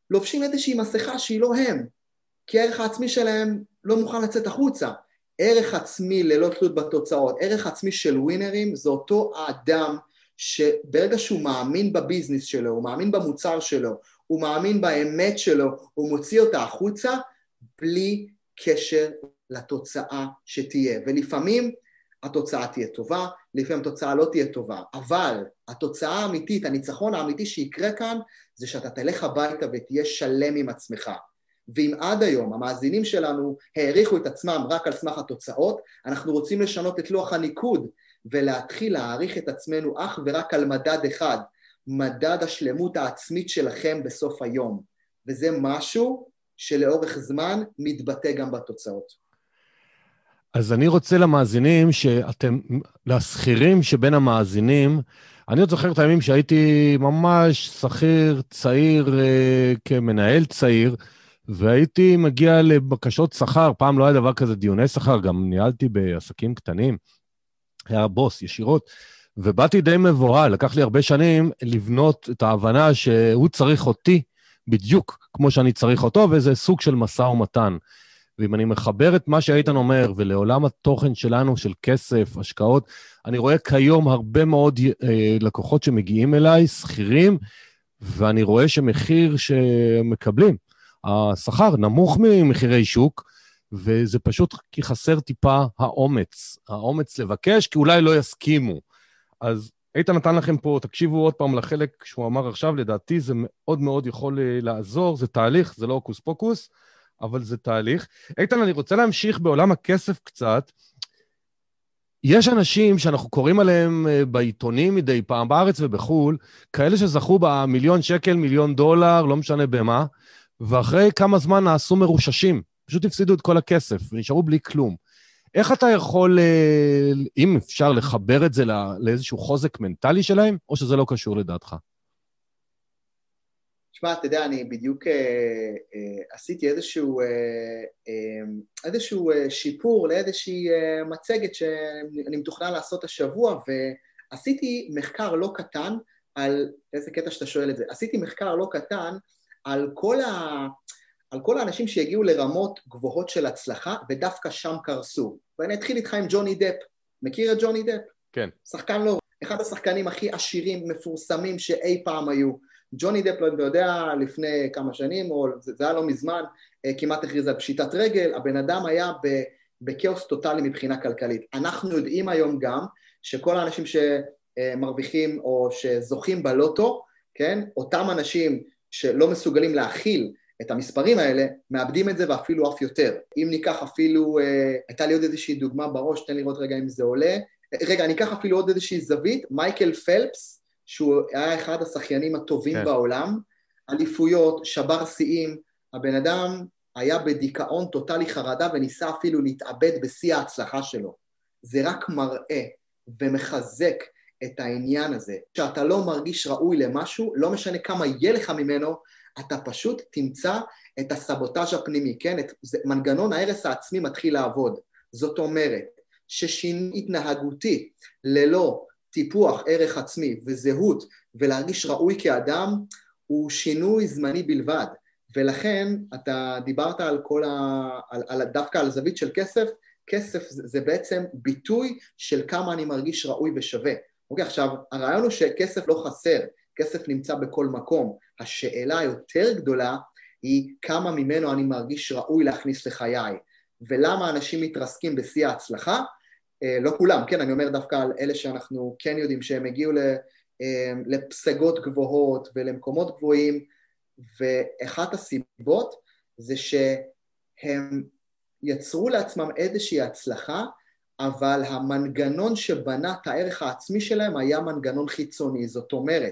לובשים איזושהי מסכה שהיא לא הם, כי הערך העצמי שלהם לא מוכן לצאת החוצה. ערך עצמי ללא תלות בתוצאות, ערך עצמי של ווינרים, זה אותו האדם שברגע שהוא מאמין בביזנס שלו, הוא מאמין במוצר שלו, הוא מאמין באמת שלו, הוא מוציא אותה החוצה, בלי קשר לתוצאה שתהיה. ולפעמים התוצאה תהיה טובה, לפעמים התוצאה לא תהיה טובה, אבל התוצאה האמיתית, הניצחון האמיתי שיקרה כאן, זה שאתה תלך הביתה ותהיה שלם עם עצמך. ואם עד היום המאזינים שלנו העריכו את עצמם רק על סמך התוצאות, אנחנו רוצים לשנות את לוח הניקוד, ולהתחיל להעריך את עצמנו אך ורק על מדד אחד, מדד השלמות העצמית שלכם בסוף היום. וזה משהו שלאורך זמן מתבטא גם בתוצאות. אז אני רוצה למאזינים שאתם, לסחירים שבין המאזינים, אני עוד זוכר את הימים שהייתי ממש שכיר, צעיר, כמנהל צעיר, והייתי מגיע לבקשות שכר, פעם לא היה דבר כזה דיוני שכר, גם ניהלתי בעסקים קטנים, היה בוס ישירות, ובאתי די מבוהל, לקח לי הרבה שנים לבנות את ההבנה שהוא צריך אותי בדיוק כמו שאני צריך אותו, וזה סוג של משא ומתן. ואם אני מחבר את מה שאיתן אומר, ולעולם התוכן שלנו של כסף, השקעות, אני רואה כיום הרבה מאוד לקוחות שמגיעים אליי, שכירים, ואני רואה שמחיר שמקבלים, השכר נמוך ממחירי שוק, וזה פשוט כי חסר טיפה האומץ לבקש, כי אולי לא יסכימו. אז איתן נתן לכם פה, תקשיבו עוד פעם לחלק שהוא אמר עכשיו, לדעתי זה מאוד מאוד יכול לעזור, זה תהליך, זה לא הוקוס פוקוס, אבל זה תהליך. איתן, אני רוצה להמשיך בעולם הכסף קצת. יש אנשים שאנחנו קוראים עליהם בעיתונים מדי פעם, בארץ ובחול, כאלה שזכו ב1,000,000 שקל, $1,000,000, לא משנה במה, ואחרי כמה זמן נעשו מרוששים, פשוט הפסידו את כל הכסף, ונשארו בלי כלום. איך אתה יכול, אם אפשר, לחבר את זה לאיזשהו חוזק מנטלי שלהם, או שזה לא קשור לדעתך? תשמע, אתה יודע, אני בדיוק עשיתי איזשהו שיפור לאיזושהי מצגת שאני מתוכנן לעשות השבוע, ועשיתי מחקר לא קטן על, איזה קטע שאתה שואל את זה, עשיתי מחקר לא קטן על כל האנשים שהגיעו לרמות גבוהות של הצלחה, ודווקא שם קרסו. ואני אתחיל איתך עם ג'וני דפ. מכיר את ג'וני דפ? כן. שחקן לא, אחד השחקנים הכי עשירים, מפורסמים שאי פעם היו. ג'וני דפ, לא יודע, לפני כמה שנים, או זה היה לא מזמן, כמעט הכריז על פשיטת רגל, הבן אדם היה בכאוס טוטלי מבחינה כלכלית. אנחנו יודעים היום גם שכל האנשים שמרוויחים או שזוכים בלוטו, כן? אותם אנשים שלא מסוגלים להכיל את המספרים האלה, מאבדים את זה ואפילו אף יותר. אם ניקח אפילו, הייתה לי עוד איזושהי דוגמה בראש, תן לראות רגע אם זה עולה. רגע, אני אקח אפילו עוד איזושהי זווית, מייקל פלפס, שהוא היה אחד השחיינים הטובים בעולם, אליפויות, שבר שיאים, הבן אדם היה בדיכאון טוטלי חרדה, וניסה אפילו להתאבד בשיא ההצלחה שלו. זה רק מראה ומחזק את העניין הזה, שאתה לא מרגיש ראוי למשהו, לא משנה כמה יהיה לך ממנו, אתה פשוט תמצא את הסבוטאז' הפנימי, כן? מנגנון ההרס העצמי מתחיל לעבוד. זאת אומרת, ששינוי התנהגותי ללא טיפוח ערך עצמי וזהות ולהרגיש ראוי כאדם, הוא שינוי זמני בלבד. ולכן אתה דיברת דווקא על זווית של כסף, כסף זה בעצם ביטוי של כמה אני מרגיש ראוי ושווה. אוקיי, עכשיו, הרעיון הוא שכסף לא חסר, כסף נמצא בכל מקום. השאלה היותר גדולה היא כמה ממנו אני מרגיש ראוי להכניס לחיי. ולמה אנשים מתרסקים בשיא ההצלחה? לא כולם, כן, אני אומר דווקא על אלה שאנחנו כן יודעים שהם הגיעו לפסגות גבוהות ולמקומות גבוהים, ואחת הסיבות זה שהם יצרו לעצמם איזושהי הצלחה, אבל המנגנון שבנה את הערך העצמי שלהם היה מנגנון חיצוני. זאת אומרת,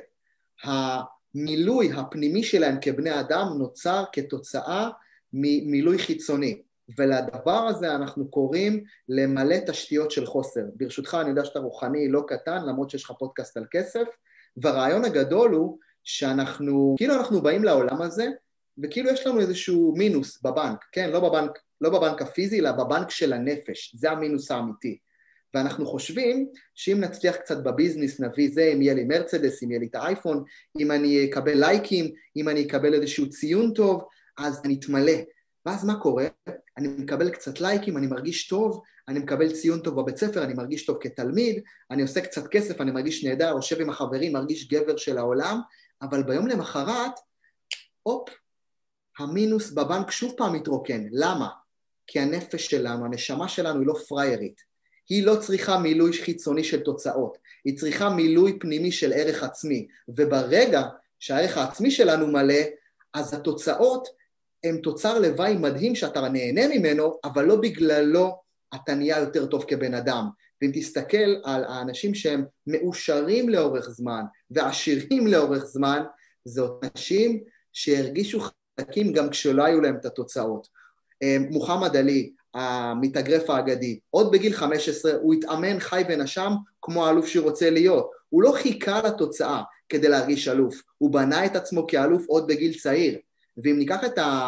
המילוי הפנימי שלהם כבני אדם נוצר כתוצאה ממילוי חיצוני, ולדבר הזה אנחנו קוראים למלא תשתיות של חוסר. ברשותך, אני יודע שאתה רוחני לא קטן, למרות שיש לך פודקאסט על כסף, והרעיון הגדול הוא שאנחנו, כאילו אנחנו באים לעולם הזה, וכאילו יש לנו איזשהו מינוס בבנק, כן? לא בבנק הפיזי, אלא בבנק של הנפש, זה המינוס האמיתי. ואנחנו חושבים שאם נצליח קצת בביזנס, נביא זה, אם יהיה לי מרצדס, אם יהיה לי את האייפון, אם אני אקבל לייקים, אם אני אקבל איזשהו ציון טוב, אז אני אתמלא. ואז מה קורה? אני מקבל קצת לייקים, אני מרגיש טוב, אני מקבל ציון טוב בבית ספר, אני מרגיש טוב כתלמיד, אני עושה קצת כסף, אני מרגיש נהדר, יושב עם החברים, מרגיש גבר של העולם, אבל ביום למחרת, הופ, המינוס בבנק שוב פעם מתרוקן. למה? כי הנפש שלנו, הנשמה שלנו היא לא פריירית. היא לא צריכה מילוי חיצוני של תוצאות, היא צריכה מילוי פנימי של ערך עצמי, וברגע שהערך העצמי שלנו מלא, אז התוצאות הן תוצר לוואי מדהים שאתה נהנה ממנו, אבל לא בגללו אתה נהיה יותר טוב כבן אדם. ואם תסתכל על האנשים שהם מאושרים לאורך זמן, ועשירים לאורך זמן, זה אנשים שהרגישו חזקים גם כשלא היו להם את התוצאות. מוחמד עלי, המתאגרף האגדי, עוד בגיל 15 הוא התאמן חי ונשם כמו האלוף שרוצה להיות. הוא לא חיכה לתוצאה כדי להרגיש אלוף, הוא בנה את עצמו כאלוף עוד בגיל צעיר. ואם ניקח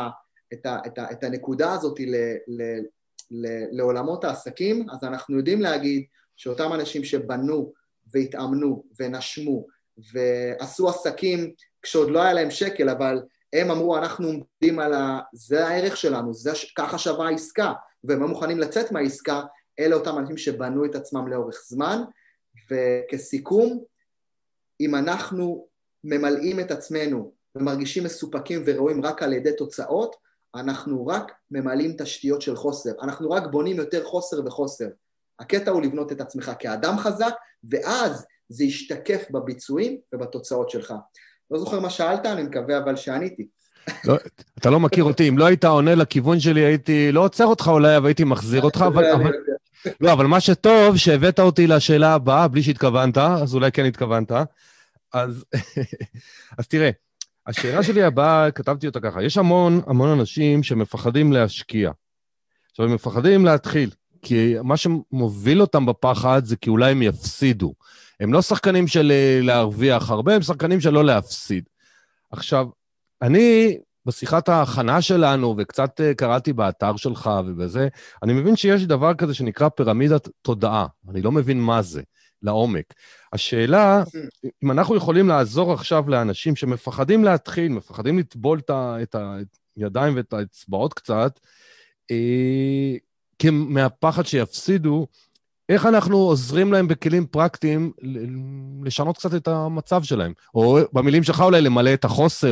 את הנקודה הזאת לעולמות העסקים, אז אנחנו יודעים להגיד שאותם אנשים שבנו והתאמנו ונשמו ועשו עסקים כשעוד לא היה להם שקל, אבל הם אמרו, אנחנו עומדים על זה הערך שלנו, ככה שווה העסקה, והם מוכנים לצאת מהעסקה, אלה אותם אנשים שבנו את עצמם לאורך זמן, וכסיכום, אם אנחנו ממלאים את עצמנו, ומרגישים מסופקים ורואים רק על ידי תוצאות, אנחנו רק ממלאים תשתיות של חוסר, אנחנו רק בונים יותר חוסר וחוסר. הקטע הוא לבנות את עצמך כאדם חזק, ואז זה ישתקף בביצועים ובתוצאות שלך. לא זוכר מה שאלת, אני מקווה אבל שעניתי. לא, אתה לא מכיר אותי, אם לא היית עונה לכיוון שלי, הייתי לא עוצר אותך אולי, אבל הייתי מחזיר אותך, אבל מה שטוב, שהבאת אותי לשאלה הבאה, בלי שהתכוונת, אז אולי כן התכוונת, אז תראה, השאלה שלי הבאה, כתבתי אותה ככה, יש המון אנשים שמפחדים להשקיע, עכשיו הם מפחדים להתחיל, כי מה שמוביל אותם בפחד זה כי אולי הם יפסידו, הם לא שחקנים של להרוויח הרבה, הם שחקנים של לא להפסיד. עכשיו, אני, בשיחת ההכנה שלנו, וקצת קראתי באתר שלך ובזה, אני מבין שיש דבר כזה שנקרא פירמידת תודעה. אני לא מבין מה זה, לעומק. השאלה, אם אנחנו יכולים לעזור עכשיו לאנשים שמפחדים להתחיל, מפחדים לטבול את הידיים ואת האצבעות קצת, מהפחד שיפסידו, איך אנחנו עוזרים להם בכלים פרקטיים לשנות קצת את המצב שלהם? או במילים שלך אולי למלא את החוסר.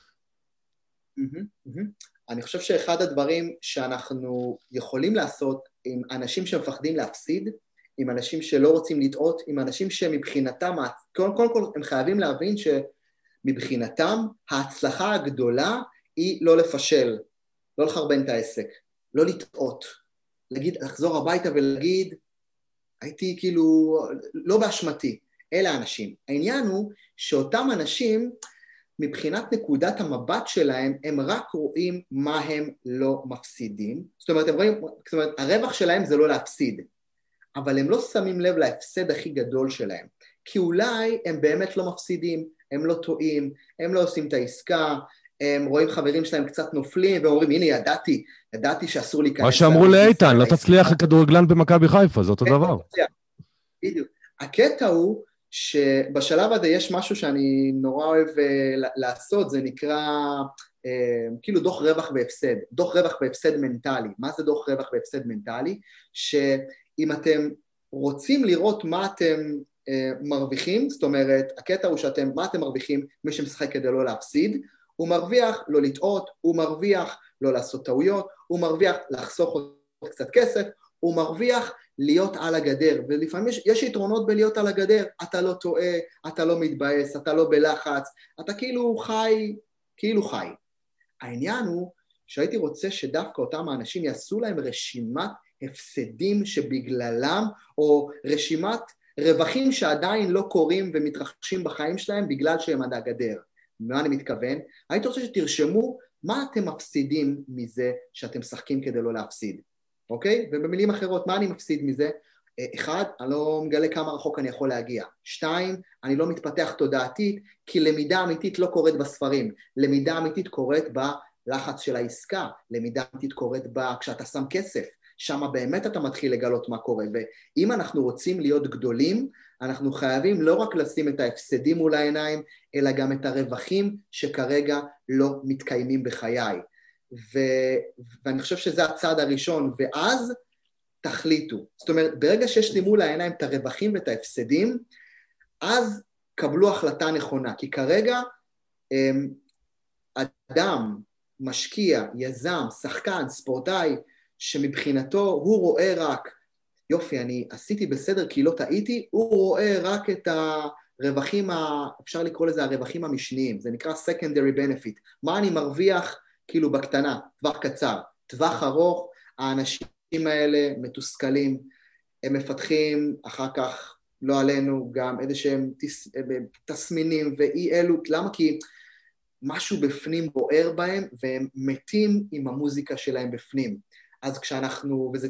אני חושב שאחד הדברים שאנחנו יכולים לעשות עם אנשים שמפחדים להפסיד, עם אנשים שלא רוצים לטעות, עם אנשים שמבחינתם, קודם כל הם חייבים להבין שמבחינתם ההצלחה הגדולה היא לא לפשל, לא לחרבן את העסק, לא לטעות, לחזור הביתה ולהגיד, הייתי כאילו לא באשמתי, אלה האנשים. העניין הוא שאותם אנשים, מבחינת נקודת המבט שלהם, הם רק רואים מה הם לא מפסידים. זאת אומרת, הרווח שלהם זה לא להפסיד, אבל הם לא שמים לב להפסד הכי גדול שלהם. כי אולי הם באמת לא מפסידים, הם לא טועים, הם לא עושים את העסקה, הם רואים חברים שלהם קצת נופלים, ואומרים, הנה, ידעתי שאסור להיכנס. מה שאמרו לאיתן, לא תצליח כדורגלן במכבי חיפה, זה אותו דבר. בדיוק. הקטע הוא שבשלב הזה יש משהו שאני נורא אוהב לעשות, זה נקרא כאילו דוח רווח והפסד, דוח רווח והפסד מנטלי. מה זה דוח רווח והפסד מנטלי? שאם אתם רוצים לראות מה אתם מרוויחים, זאת אומרת, הקטע הוא מה אתם מרוויחים, מי שמשחק כדי לא להפסיד, הוא מרוויח לא לטעות, הוא מרוויח לא לעשות טעויות, הוא מרוויח לחסוך עוד קצת כסף, הוא מרוויח להיות על הגדר, ולפעמים יש יתרונות בלהיות על הגדר, אתה לא טועה, אתה לא מתבאס, אתה לא בלחץ, אתה כאילו חי. העניין הוא שהייתי רוצה שדווקא אותם האנשים יעשו להם רשימת הפסדים שבגללם, או רשימת רווחים שעדיין לא קורים ומתרחשים בחיים שלהם בגלל שהם עד הגדר. מה אני מתכוון? הייתי רוצה שתרשמו מה אתם מפסידים מזה שאתם משחקים כדי לא להפסיד. אוקיי? ובמילים אחרות, מה אני מפסיד מזה? 1, אני לא מגלה כמה רחוק אני יכול להגיע. 2, אני לא מתפתח תודעתית, כי למידה אמיתית לא קורית בספרים. למידה אמיתית קורית בלחץ של העסקה, למידה אמיתית קורית כשאתה שם כסף. שם באמת אתה מתחיל לגלות מה קורה, ואם אנחנו רוצים להיות גדולים, אנחנו חייבים לא רק לשים את ההפסדים מול העיניים, אלא גם את הרווחים שכרגע לא מתקיימים בחיי. ואני חושב שזה הצעד הראשון, ואז תחליטו. זאת אומרת, ברגע שיש לי מול העיניים את הרווחים ואת ההפסדים, אז קבלו החלטה נכונה, כי כרגע אדם, משקיע, יזם, שחקן, ספורטאי, שמבחינתו הוא רואה רק, יופי, אני עשיתי בסדר כי לא טעיתי, הוא רואה רק את הרווחים, אפשר לקרוא לזה הרווחים המשניים, זה נקרא secondary benefit, מה אני מרוויח כאילו בקטנה, טווח קצר, טווח ארוך, האנשים האלה מתוסכלים, הם מפתחים אחר כך, לא עלינו, גם איזה שהם תסמינים ואי אלו, למה? כי משהו בפנים בוער בהם, והם מתים עם המוזיקה שלהם בפנים. אז כשאנחנו, וזה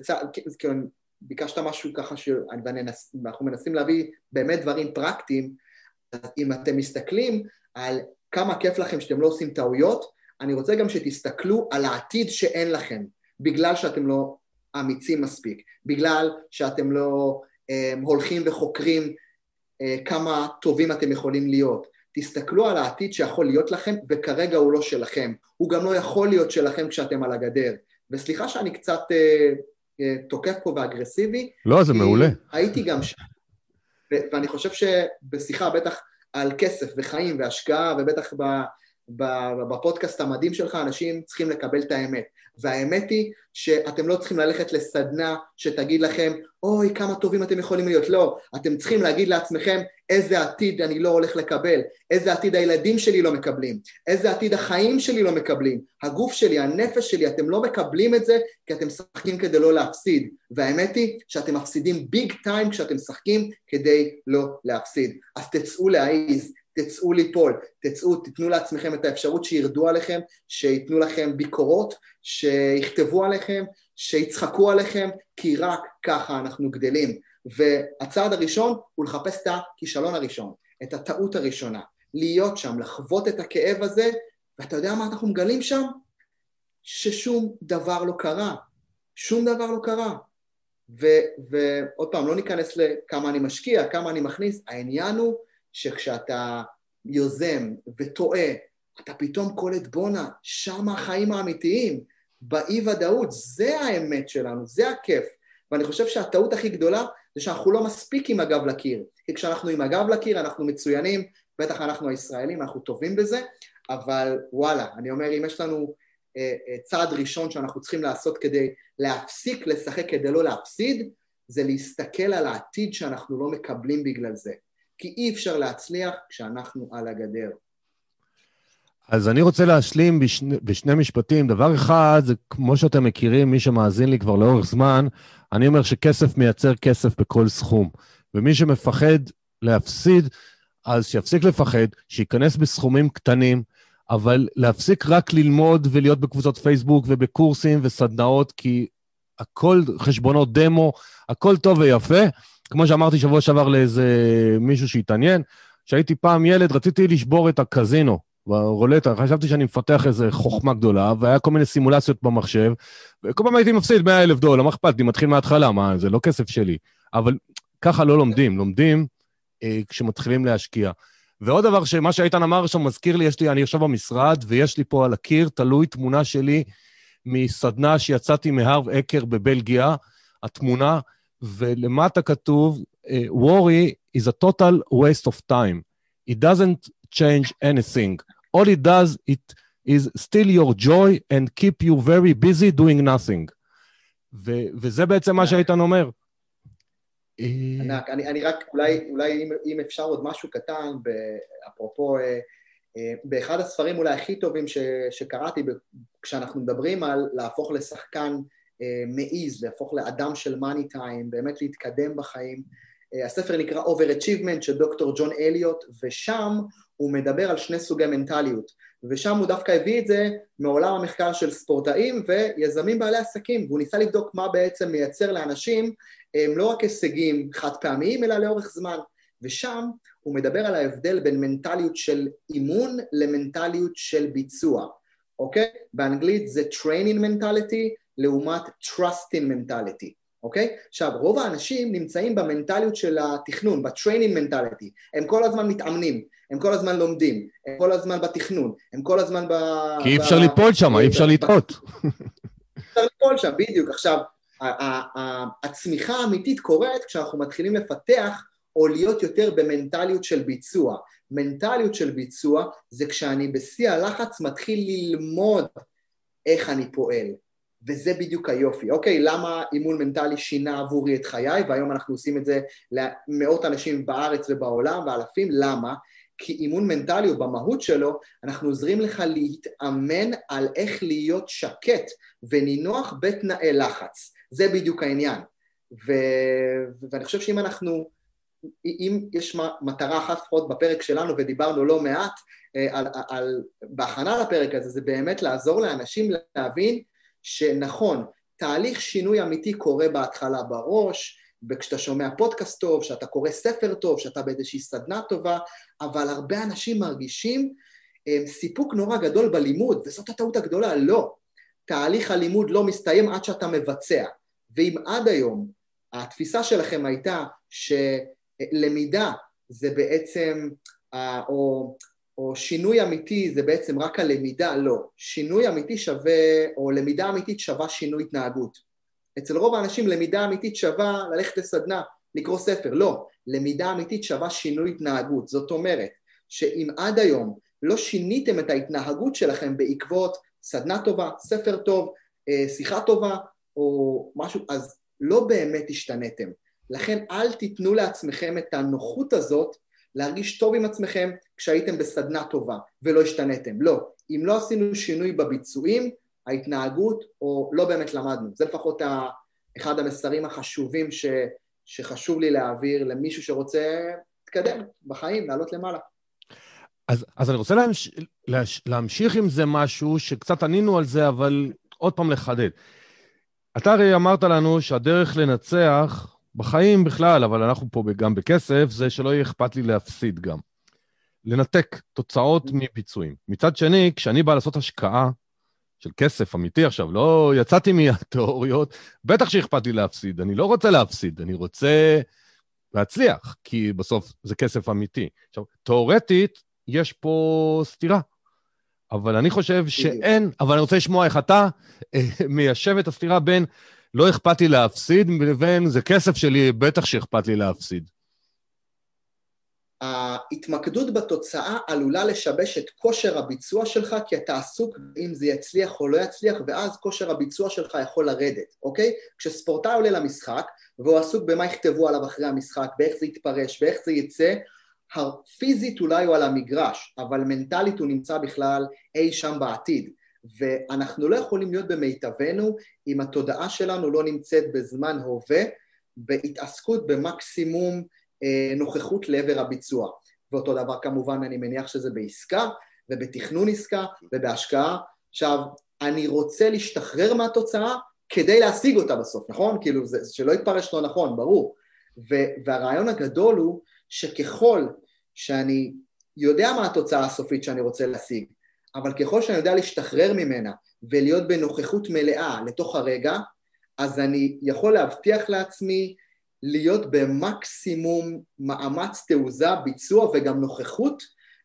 ביקשת משהו ככה שאנחנו מנסים להביא באמת דברים פרקטיים, אז אם אתם מסתכלים על כמה כיף לכם שאתם לא עושים טעויות, אני רוצה גם שתסתכלו על העתיד שאין לכם, בגלל שאתם לא אמיצים מספיק, בגלל שאתם לא הולכים וחוקרים כמה טובים אתם יכולים להיות. תסתכלו על העתיד שיכול להיות לכם, וכרגע הוא לא שלכם. הוא גם לא יכול להיות שלכם כשאתם על הגדר. וסליחה שאני קצת תוקף פה באגרסיבי. לא, זה מעולה. הייתי גם שם. ואני חושב שבשיחה בטח על כסף וחיים והשקעה, ובטח בפודקאסט המדהים שלך, אנשים צריכים לקבל את האמת. והאמת היא שאתם לא צריכים ללכת לסדנה שתגיד לכם, אוי, כמה טובים אתם יכולים להיות. לא, אתם צריכים להגיד לעצמכם, איזה עתיד אני לא הולך לקבל, איזה עתיד הילדים שלי לא מקבלים, איזה עתיד החיים שלי לא מקבלים, הגוף שלי, הנפש שלי, אתם לא מקבלים את זה, כי אתם משחקים כדי לא להפסיד. והאמת היא שאתם מפסידים ביג טיים כשאתם משחקים כדי לא להפסיד. אז תצאו להעיז, תצאו ליפול, תתנו לעצמכם את האפשרות שירדו עליכם, שיתנו לכם ביקורות, שיכתבו עליכם, שיצחקו עליכם, כי רק ככה אנחנו גדלים. והצעד הראשון הוא לחפש את הכישלון הראשון, את הטעות הראשונה, להיות שם, לחוות את הכאב הזה, ואתה יודע מה אנחנו מגלים שם? ששום דבר לא קרה, שום דבר לא קרה. ועוד פעם, לא ניכנס לכמה אני משקיע, כמה אני מכניס, העניין הוא שכשאתה יוזם וטועה, אתה פתאום קולט בונה, שם החיים האמיתיים, באי ודאות, זה האמת שלנו, זה הכיף. ואני חושב שהטעות הכי גדולה זה שאנחנו לא מספיק עם הגב לקיר. כי כשאנחנו עם הגב לקיר אנחנו מצוינים, בטח אנחנו הישראלים, אנחנו טובים בזה, אבל וואלה, אני אומר, אם יש לנו צעד ראשון שאנחנו צריכים לעשות כדי להפסיק לשחק כדי לא להפסיד, זה להסתכל על העתיד שאנחנו לא מקבלים בגלל זה. כי אי אפשר להצליח כשאנחנו על הגדר. אז אני רוצה להשלים בשני משפטים. דבר אחד, זה כמו שאתם מכירים, מי שמאזין לי כבר לאורך זמן, אני אומר שכסף מייצר כסף בכל סכום. ומי שמפחד להפסיד, אז שיפסיק לפחד, שיכנס בסכומים קטנים, אבל להפסיק רק ללמוד ולהיות בקבוצות פייסבוק ובקורסים וסדנאות, כי הכל חשבונות דמו, הכל טוב ויפה. כמו שאמרתי שבוע שעבר לאיזה מישהו שהתעניין, שהייתי פעם ילד, רציתי לשבור את הקזינו, ברולטה, חשבתי שאני מפתח איזו חוכמה גדולה, והיה כל מיני סימולציות במחשב, וכל פעם הייתי מפסיד $100,000, מה אכפת לי, מתחיל מההתחלה, מה, זה לא כסף שלי. אבל ככה לא לומדים, לומדים כשמתחילים להשקיע. ועוד דבר שמה שאיתן אמר שם מזכיר לי, אני יושב במשרד, ויש לי פה על הקיר, תלוי תמונה שלי מסדנה שיצאתי מהרב אקר בבלגיה, התמונה, ולמטה כתוב, worry is a total waste of time. It doesn't change anything. All it does is steal your joy and keep you very busy doing nothing. וזה בעצם מה שאיתן אומר. ענק, אני רק, אולי אם אפשר עוד משהו קטן, אפרופו, באחד הספרים אולי הכי טובים שקראתי, כשאנחנו מדברים על להפוך לשחקן מעיז, להפוך לאדם של מאני טיים, באמת להתקדם בחיים, הספר נקרא Overachievement של דוקטור ג'ון אליוט, ושם הוא מדבר על שני סוגי מנטליות, ושם הוא דווקא הביא את זה מעולם המחקר של ספורטאים ויזמים בעלי עסקים, והוא ניסה לבדוק מה בעצם מייצר לאנשים, לא רק הישגים חד פעמיים, אלא לאורך זמן, ושם הוא מדבר על ההבדל בין מנטליות של אימון למנטליות של ביצוע, אוקיי? באנגלית זה training mentality, לעומת trusting mentality, אוקיי? עכשיו, רוב האנשים נמצאים במנטליות של התכנון, ב-training mentality, הם כל הזמן מתאמנים, הם כל הזמן לומדים, הם כל הזמן בתכנון, הם כל הזמן כי אי אפשר ליפול שם, אי אפשר לטעות. אפשר ליפול שם, בדיוק. עכשיו, הצמיחה האמיתית קורית כשאנחנו מתחילים לפתח או להיות יותר במנטליות של ביצוע. מנטליות של ביצוע זה כשאני בשיא הלחץ מתחיל ללמוד איך אני פועל. וזה בדיוק היופי. אוקיי, למה אימון מנטלי שינה עבורי את חיי, והיום אנחנו עושים את זה למאות אנשים בארץ ובעולם, ואלפים, למה? כי אימון מנטלי הוא במהות שלו, אנחנו עוזרים לך להתאמן על איך להיות שקט ונינוח בתנאי לחץ. זה בדיוק העניין. ואני חושב שאם אנחנו, אם יש מטרה אחת לפחות בפרק שלנו, ודיברנו לא מעט בהכנה לפרק הזה, זה באמת לעזור לאנשים להבין שנכון, תהליך שינוי אמיתי קורה בהתחלה בראש, וכשאתה שומע פודקאסט טוב, שאתה קורא ספר טוב, שאתה באיזושהי סדנה טובה, אבל הרבה אנשים מרגישים סיפוק נורא גדול בלימוד, וזאת הטעות הגדולה, לא. תהליך הלימוד לא מסתיים עד שאתה מבצע, ואם עד היום התפיסה שלכם הייתה שלמידה זה בעצם, או שינוי אמיתי זה בעצם רק הלמידה, לא. שינוי אמיתי שווה, או למידה אמיתית שווה שינוי התנהגות. אצל רוב האנשים למידה אמיתית שווה ללכת לסדנה, לקרוא ספר, לא. למידה אמיתית שווה שינוי התנהגות. זאת אומרת, שאם עד היום לא שיניתם את ההתנהגות שלכם בעקבות סדנה טובה, ספר טוב, שיחה טובה, או משהו, אז לא באמת השתנתם. לכן אל תיתנו לעצמכם את הנוחות הזאת, להרגיש טוב עם עצמכם כשהייתם בסדנה טובה ולא השתנתם. לא, אם לא עשינו שינוי בביצועים, ההתנהגות או לא באמת למדנו. זה לפחות אחד המסרים החשובים שחשוב לי להעביר למישהו שרוצה להתקדם בחיים, לעלות למעלה. אז אני רוצה להמשיך עם זה משהו שקצת ענינו על זה, אבל עוד פעם לחדד. אתה הרי אמרת לנו שהדרך לנצח בחיים בכלל, אבל אנחנו פה גם בכסף, זה שלא יהיה אכפת לי להפסיד גם. לנתק תוצאות מביצועים. מצד שני, כשאני בא לעשות השקעה של כסף אמיתי עכשיו, לא יצאתי מהתיאוריות, בטח שאכפת לי להפסיד. אני לא רוצה להפסיד, אני רוצה להצליח, כי בסוף זה כסף אמיתי. עכשיו, תיאורטית, יש פה סתירה. אבל אני חושב שאין, אבל אני רוצה לשמוע איך אתה מיישב את הסתירה בין לא אכפת לי להפסיד, לבין זה כסף שלי, בטח שאכפת לי להפסיד. ההתמקדות בתוצאה עלולה לשבש את כושר הביצוע שלך, כי אתה עסוק אם זה יצליח או לא יצליח, ואז כושר הביצוע שלך יכול לרדת, אוקיי? כשספורטאי עולה למשחק, והוא עסוק במה יכתבו עליו אחרי המשחק, באיך זה יתפרש, באיך זה יצא, פיזית אולי הוא על המגרש, אבל מנטלית הוא נמצא בכלל אי שם בעתיד, ואנחנו לא יכולים להיות במיטבנו אם התודעה שלנו לא נמצאת בזמן הווה, בהתעסקות במקסימום נוכחות לעבר הביצוע. ואותו דבר כמובן אני מניח שזה בעסקה, ובתכנון עסקה, ובהשקעה. עכשיו, אני רוצה להשתחרר מהתוצאה כדי להשיג אותה בסוף, נכון? כאילו, זה שלא יתפרש לא נכון, ברור. והרעיון הגדול הוא שככל שאני יודע מה התוצאה הסופית שאני רוצה להשיג, אבל ככל שאני יודע להשתחרר ממנה ולהיות בנוכחות מלאה לתוך הרגע, אז אני יכול להבטיח לעצמי להיות במקסימום מאמץ תעוזה, ביצוע וגם נוכחות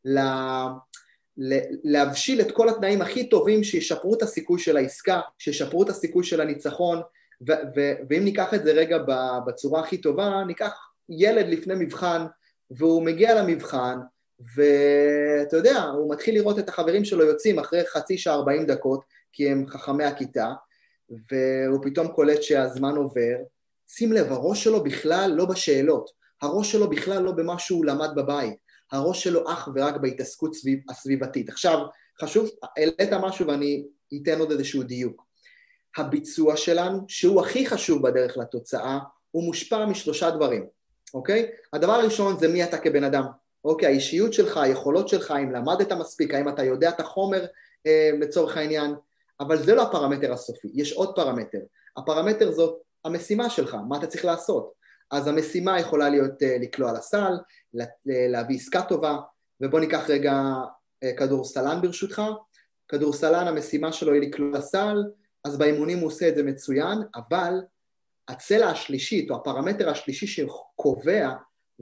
להבשיל את כל התנאים הכי טובים שישפרו את הסיכוי של העסקה, שישפרו את הסיכוי של הניצחון, ואם ניקח את זה רגע בצורה הכי טובה, ניקח ילד לפני מבחן, והוא מגיע למבחן, ואתה יודע, הוא מתחיל לראות את החברים שלו יוצאים אחרי חצי שעה 40 דקות, כי הם חכמי הכיתה, והוא פתאום קולט שהזמן עובר, שים לב, הראש שלו בכלל לא בשאלות, הראש שלו בכלל לא במה שהוא למד בבית, הראש שלו אך ורק בהתעסקות הסביבתית. עכשיו, חשוב, העלית משהו ואני אתן עוד איזשהו דיוק. הביצוע שלנו, שהוא הכי חשוב בדרך לתוצאה, הוא מושפע משלושה דברים, אוקיי? הדבר הראשון זה מי אתה כבן אדם, אוקיי? האישיות שלך, היכולות שלך, אם למדת מספיק, האם אתה יודע את החומר לצורך העניין, אבל זה לא הפרמטר הסופי, יש עוד פרמטר. הפרמטר זאת המשימה שלך, מה אתה צריך לעשות. אז המשימה יכולה להיות לקלוע לסל, להביא עסקה טובה, ובוא ניקח רגע כדורסלן ברשותך. כדורסלן, המשימה שלו היא לקלוע לסל, אז באימונים הוא עושה את זה מצוין, אבל הצלע השלישית, או הפרמטר השלישי שקובע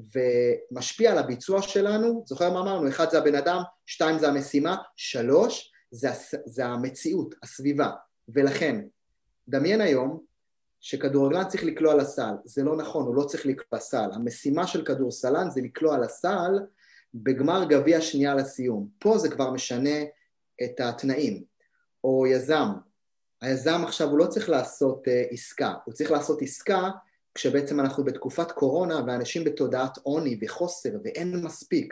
ומשפיע על הביצוע שלנו, זוכר מה אמרנו? 1 זה הבן אדם, 2 זה המשימה, 3 זה המציאות, הסביבה. ולכן, דמיין היום שכדורגלן צריך לקלוע לסל. זה לא נכון, הוא לא צריך לקלוע לסל. המשימה של כדורסלן זה לקלוע לסל בגמר גביע שנייה לסיום. פה זה כבר משנה את התנאים. או יזם. היזם עכשיו הוא לא צריך לעשות עסקה. הוא צריך לעשות עסקה כשבעצם אנחנו בתקופת קורונה ואנשים בתודעת עוני וחוסר ואין מספיק.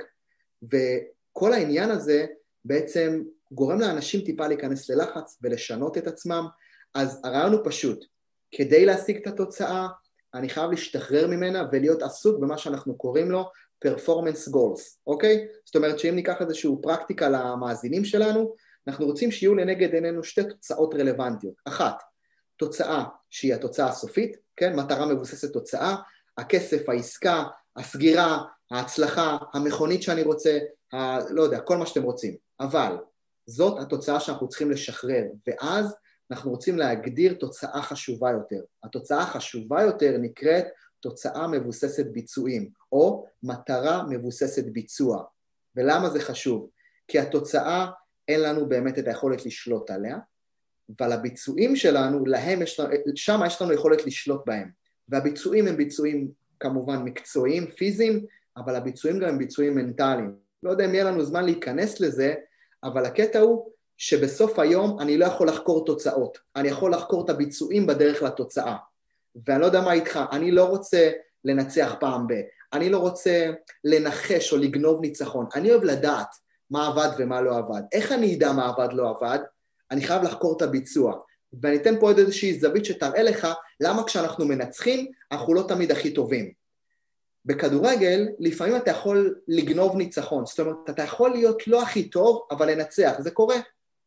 וכל העניין הזה בעצם גורם לאנשים טיפה להיכנס ללחץ ולשנות את עצמם. אז הרעיון הוא פשוט. כדי להשיג את התוצאה, אני חייב להשתחרר ממנה ולהיות עסוק במה שאנחנו קוראים לו performance goals, אוקיי? זאת אומרת שאם ניקח איזשהו פרקטיקה למאזינים שלנו, אנחנו רוצים שיהיו לנגד עינינו 2 תוצאות רלוונטיות. 1, תוצאה שהיא התוצאה הסופית, כן? מטרה מבוססת תוצאה, הכסף, העסקה, הסגירה, ההצלחה, המכונית שאני רוצה, לא יודע, כל מה שאתם רוצים. אבל זאת התוצאה שאנחנו צריכים לשחרר, ואז אנחנו רוצים להגדיר תוצאה חשובה יותר. התוצאה החשובה יותר נקראת תוצאה מבוססת ביצועים, או מטרה מבוססת ביצוע. ולמה זה חשוב? כי התוצאה אין לנו באמת את היכולת לשלוט עליה, אבל הביצועים שלנו, שם יש לנו יכולת לשלוט בהם. והביצועים הם ביצועים כמובן מקצועיים, פיזיים, אבל הביצועים גם הם ביצועים מנטליים. לא יודע אם יהיה לנו זמן להיכנס לזה, אבל הקטע הוא שבסוף היום אני לא יכול לחקור תוצאות, אני יכול לחקור את הביצועים בדרך לתוצאה, ואני לא יודע מה איתך, אני לא רוצה לנצח פעם אני לא רוצה לנחש או לגנוב ניצחון, אני אוהב לדעת מה עבד ומה לא עבד. איך אני אדע מה עבד לא עבד? אני חייב לחקור את הביצוע, ואני אתן פה עוד איזושהי זווית שתראה לך למה כשאנחנו מנצחים אנחנו לא תמיד הכי טובים. בכדורגל, לפעמים אתה יכול לגנוב ניצחון, זאת אומרת, אתה יכול להיות לא הכי טוב, אבל לנצח, זה קורה.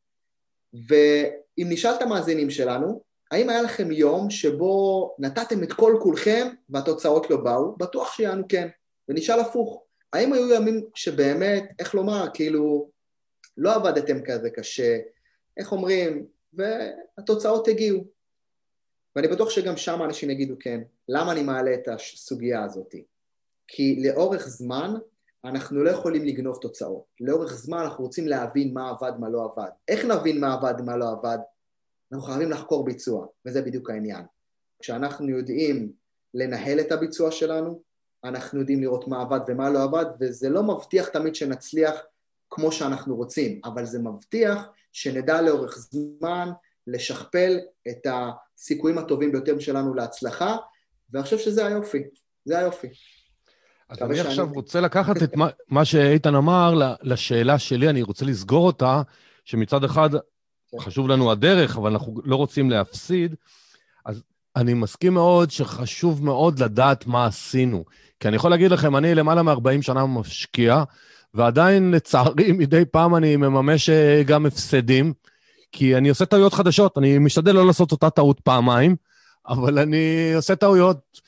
ואם נשאל את המאזינים שלנו, האם היה לכם יום שבו נתתם את כל כולכם והתוצאות לא באו? בטוח שיענו כן. ונשאל הפוך, האם היו ימים שבאמת, איך לומר, כאילו, לא עבדתם כזה קשה, איך אומרים, והתוצאות הגיעו. ואני בטוח שגם שם אנשים יגידו כן. למה אני מעלה את הסוגיה הזאת? כי לאורך זמן אנחנו לא יכולים לגנוב תוצאות. לאורך זמן אנחנו רוצים להבין מה עבד, מה לא עבד. איך נבין מה עבד, מה לא עבד? אנחנו חייבים לחקור ביצוע, וזה בדיוק העניין. כשאנחנו יודעים לנהל את הביצוע שלנו, אנחנו יודעים לראות מה עבד ומה לא עבד, וזה לא מבטיח תמיד שנצליח כמו שאנחנו רוצים, אבל זה מבטיח שנדע לאורך זמן לשכפל את הסיכויים הטובים ביותר שלנו להצלחה, ואני חושב שזה היופי, זה היופי. אז אני עכשיו רוצה לקחת את מה שאיתן אמר לשאלה שלי, אני רוצה לסגור אותה, שמצד אחד חשוב לנו הדרך, אבל אנחנו לא רוצים להפסיד, אז אני מסכים מאוד שחשוב מאוד לדעת מה עשינו, כי אני יכול להגיד לכם, אני למעלה מ-40 שנה משקיע, ועדיין לצערי מדי פעם אני מממש גם הפסדים, כי אני עושה טעויות חדשות, אני משתדל לא לעשות אותה טעות פעמיים, אבל אני עושה טעויות,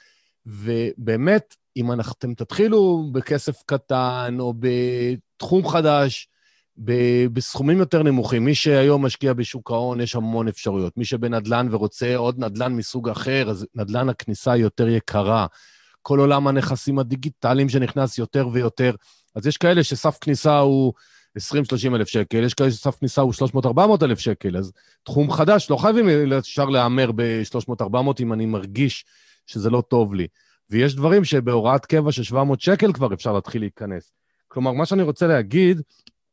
ובאמת, אם אתם תתחילו בכסף קטן, או בתחום חדש, בסכומים יותר נמוכים, מי שהיום משקיע בשוק ההון, יש המון אפשרויות. מי שבנדלן ורוצה עוד נדלן מסוג אחר, אז נדלן הכניסה יותר יקרה. כל עולם הנכסים הדיגיטליים שנכנס יותר ויותר. אז יש כאלה שסף כניסה הוא 20-30 אלף שקל, יש כאלה שסף כניסה הוא 300-400 אלף שקל, אז תחום חדש, לא חייבים אפשר להאמר ב-300-400 אם אני מרגיש שזה לא טוב לי. ויש דברים שבהוראת קבע של 700 שקל כבר אפשר להתחיל להיכנס. כלומר, מה שאני רוצה להגיד,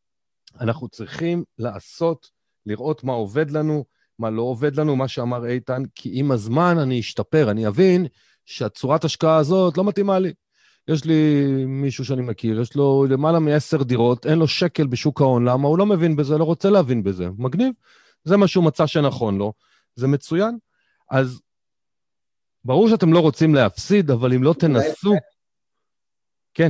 אנחנו צריכים לעשות, לראות מה עובד לנו, מה לא עובד לנו, מה שאמר איתן, כי עם הזמן אני אשתפר, אני אבין שהצורת השקעה הזאת לא מתאימה לי. יש לי מישהו שאני מכיר, יש לו למעלה מ10 דירות, אין לו שקל בשוק ההון, למה? הוא לא מבין בזה, לא רוצה להבין בזה. מגניב, זה מה שהוא מצא שנכון לו, זה מצוין. אז ברור שאתם לא רוצים להפסיד, אבל אם לא תנסו... כן.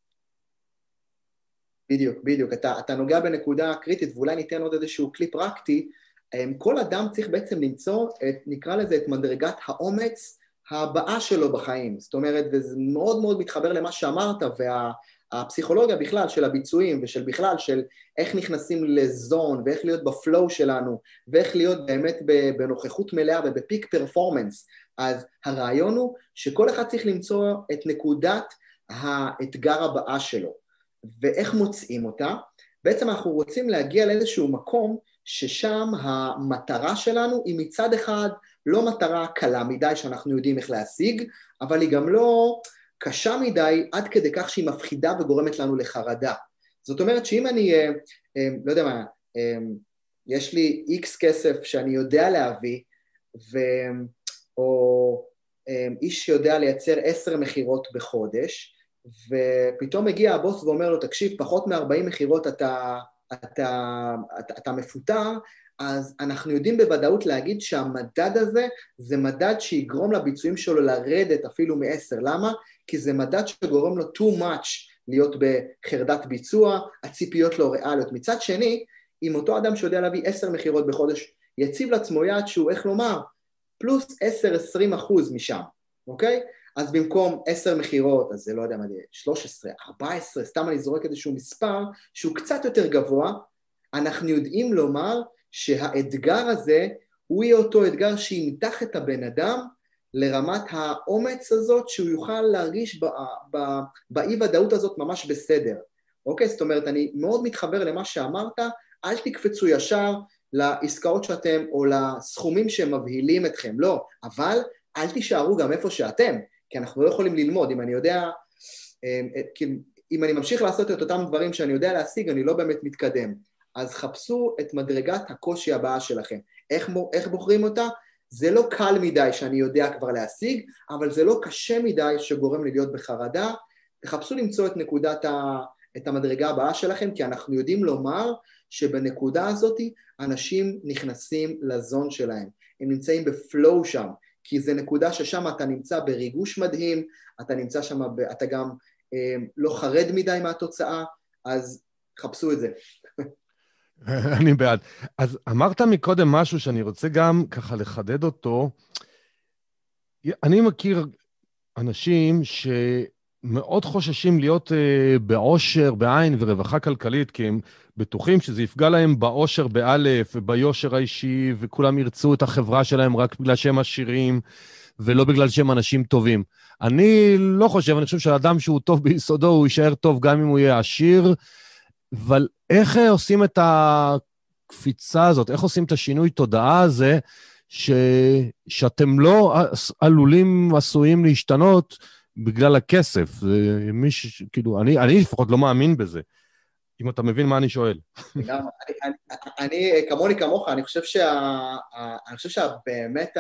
בדיוק. אתה נוגע בנקודה קריטית, ואולי ניתן עוד איזשהו כלי פרקטי. כל אדם צריך בעצם למצוא, נקרא לזה, את מדרגת האומץ הבאה שלו בחיים. זאת אומרת, וזה מאוד מאוד מתחבר למה שאמרת, הפסיכולוגיה בכלל של הביצועים ושל בכלל של איך נכנסים לזון ואיך להיות בפלואו שלנו ואיך להיות באמת בנוכחות מלאה ובפיק פרפורמנס, אז הרעיון הוא שכל אחד צריך למצוא את נקודת האתגר הבאה שלו. ואיך מוצאים אותה? בעצם אנחנו רוצים להגיע לאיזשהו מקום ששם המטרה שלנו היא מצד אחד לא מטרה קלה מדי שאנחנו יודעים איך להשיג, אבל היא גם לא קשה מדי עד כדי כך שהיא מפחידה וגורמת לנו לחרדה. זאת אומרת שאם אני, לא יודע מה, יש לי X כסף שאני יודע להביא, או איש שיודע לייצר 10 מחירות בחודש, ופתאום מגיע הבוס ואומר לו, תקשיב, פחות מ-40 מחירות אתה מפוטר, אז אנחנו יודעים בוודאות להגיד שהמדד הזה זה מדד שיגרום לביצועים שלו לרדת אפילו מ-10. למה? כי זה מדד שגורם לו too much להיות בחרדת ביצוע, הציפיות לא ריאליות. מצד שני, אם אותו אדם שיודע להביא 10 מחירות בחודש, יציב לעצמו יעד שהוא, איך לומר, פלוס 10-20% משם, אוקיי? אז במקום 10 מחירות, אז זה לא יודע מה זה, 13, 14, סתם אני זורק איזשהו מספר שהוא קצת יותר גבוה, אנחנו יודעים לומר שהאתגר הזה הוא יהיה אותו אתגר שימתח את הבן אדם לרמת האומץ הזאת שהוא יוכל להרגיש באי-ודאות הזאת ממש בסדר. אוקיי? זאת אומרת, אני מאוד מתחבר למה שאמרת, אל תקפצו ישר לעסקאות שאתם או לסכומים שמבהילים אתכם, לא, אבל אל תישארו גם איפה שאתם, כי אנחנו לא יכולים ללמוד, אם אני יודע, אם אני ממשיך לעשות את אותם דברים שאני יודע להשיג, אני לא באמת מתקדם. אז חפשו את מדרגת הקושי הבאה שלכם. איך בוחרים אותה? זה לא קל מדי שאני יודע כבר להשיג, אבל זה לא קשה מדי שגורם לי להיות בחרדה. תחפשו למצוא את המדרגה הבאה שלכם, כי אנחנו יודעים לומר שבנקודה הזאת אנשים נכנסים לזון שלהם. הם נמצאים בפלואו שם, כי זה נקודה ששם אתה נמצא בריגוש מדהים, אתה נמצא שם, אתה גם לא חרד מדי מהתוצאה, אז חפשו את זה. אני בעד. אז אמרת מקודם משהו שאני רוצה גם ככה לחדד אותו. אני מכיר אנשים שמאוד חוששים להיות בעושר, בעין ורווחה כלכלית, כי הם בטוחים שזה יפגע להם בעושר באלף וביושר האישי, וכולם ירצו את החברה שלהם רק בגלל שהם עשירים, ולא בגלל שהם אנשים טובים. אני לא חושב, אני חושב שהאדם שהוא טוב ביסודו, הוא יישאר טוב גם אם הוא יהיה עשיר, אבל איך עושים את הקפיצה הזאת, איך עושים את השינוי תודעה הזה, שאתם לא עשויים להשתנות בגלל הכסף. כאילו, אני לפחות לא מאמין בזה, אם אתה מבין מה אני שואל. אני, כמוך, אני חושב שבאמת,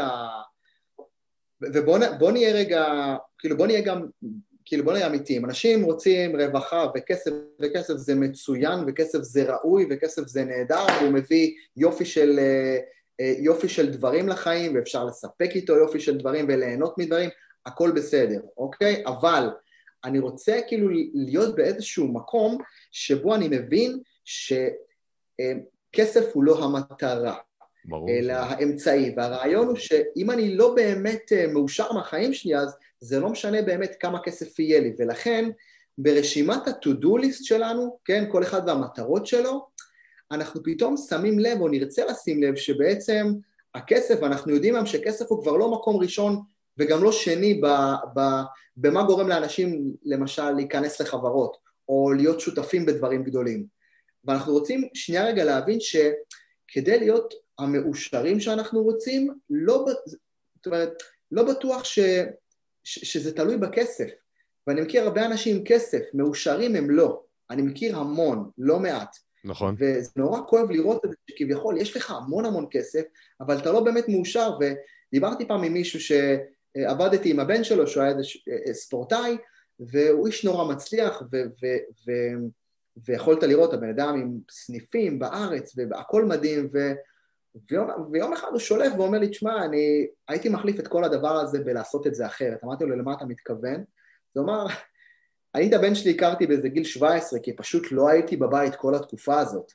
ובוא נהיה רגע, בוא נהיה אמיתיים, אנשים רוצים רווחה וכסף זה מצוין, וכסף זה ראוי, וכסף זה נהדר, והוא מביא יופי של דברים לחיים, ואפשר לספק איתו יופי של דברים וליהנות מדברים, הכל בסדר, אוקיי? אבל אני רוצה כאילו להיות באיזשהו מקום שבו אני מבין שכסף הוא לא המטרה, אלא האמצעי, והרעיון הוא שאם אני לא באמת מאושר מהחיים שלי, אז זה לא משנה באמת כמה כסף יהיה לי, ולכן ברשימת ה-to-do list שלנו, כן, כל אחד והמטרות שלו, אנחנו פתאום שמים לב או נרצה לשים לב שבעצם הכסף, אנחנו יודעים גם שכסף הוא כבר לא מקום ראשון וגם לא שני במה גורם לאנשים למשל להיכנס לחברות או להיות שותפים בדברים גדולים. ואנחנו רוצים שנייה רגע להבין שכדי להיות המאושרים שאנחנו רוצים, זאת אומרת, לא בטוח שזה תלוי בכסף. ואני מכיר הרבה אנשים עם כסף, מאושרים הם לא. אני מכיר המון, לא מעט. נכון. וזה נורא כואב לראות את זה, שכביכול יש לך המון כסף, אבל אתה לא באמת מאושר, ודיברתי פעם עם מישהו שעבדתי עם הבן שלו, שהוא היה ספורטאי, והוא איש נורא מצליח, ויכולת לראות הבן אדם עם סניפים בארץ, והכל מדהים, ויום אחד הוא שולף ואומר לי, תשמע, אני הייתי מחליף את כל הדבר הזה בלעשות את זה אחרת. אמרתי לו, למה אתה מתכוון? זה אומר, אני את הבן שלי הכרתי באיזה גיל 17, כי פשוט לא הייתי בבית כל התקופה הזאת.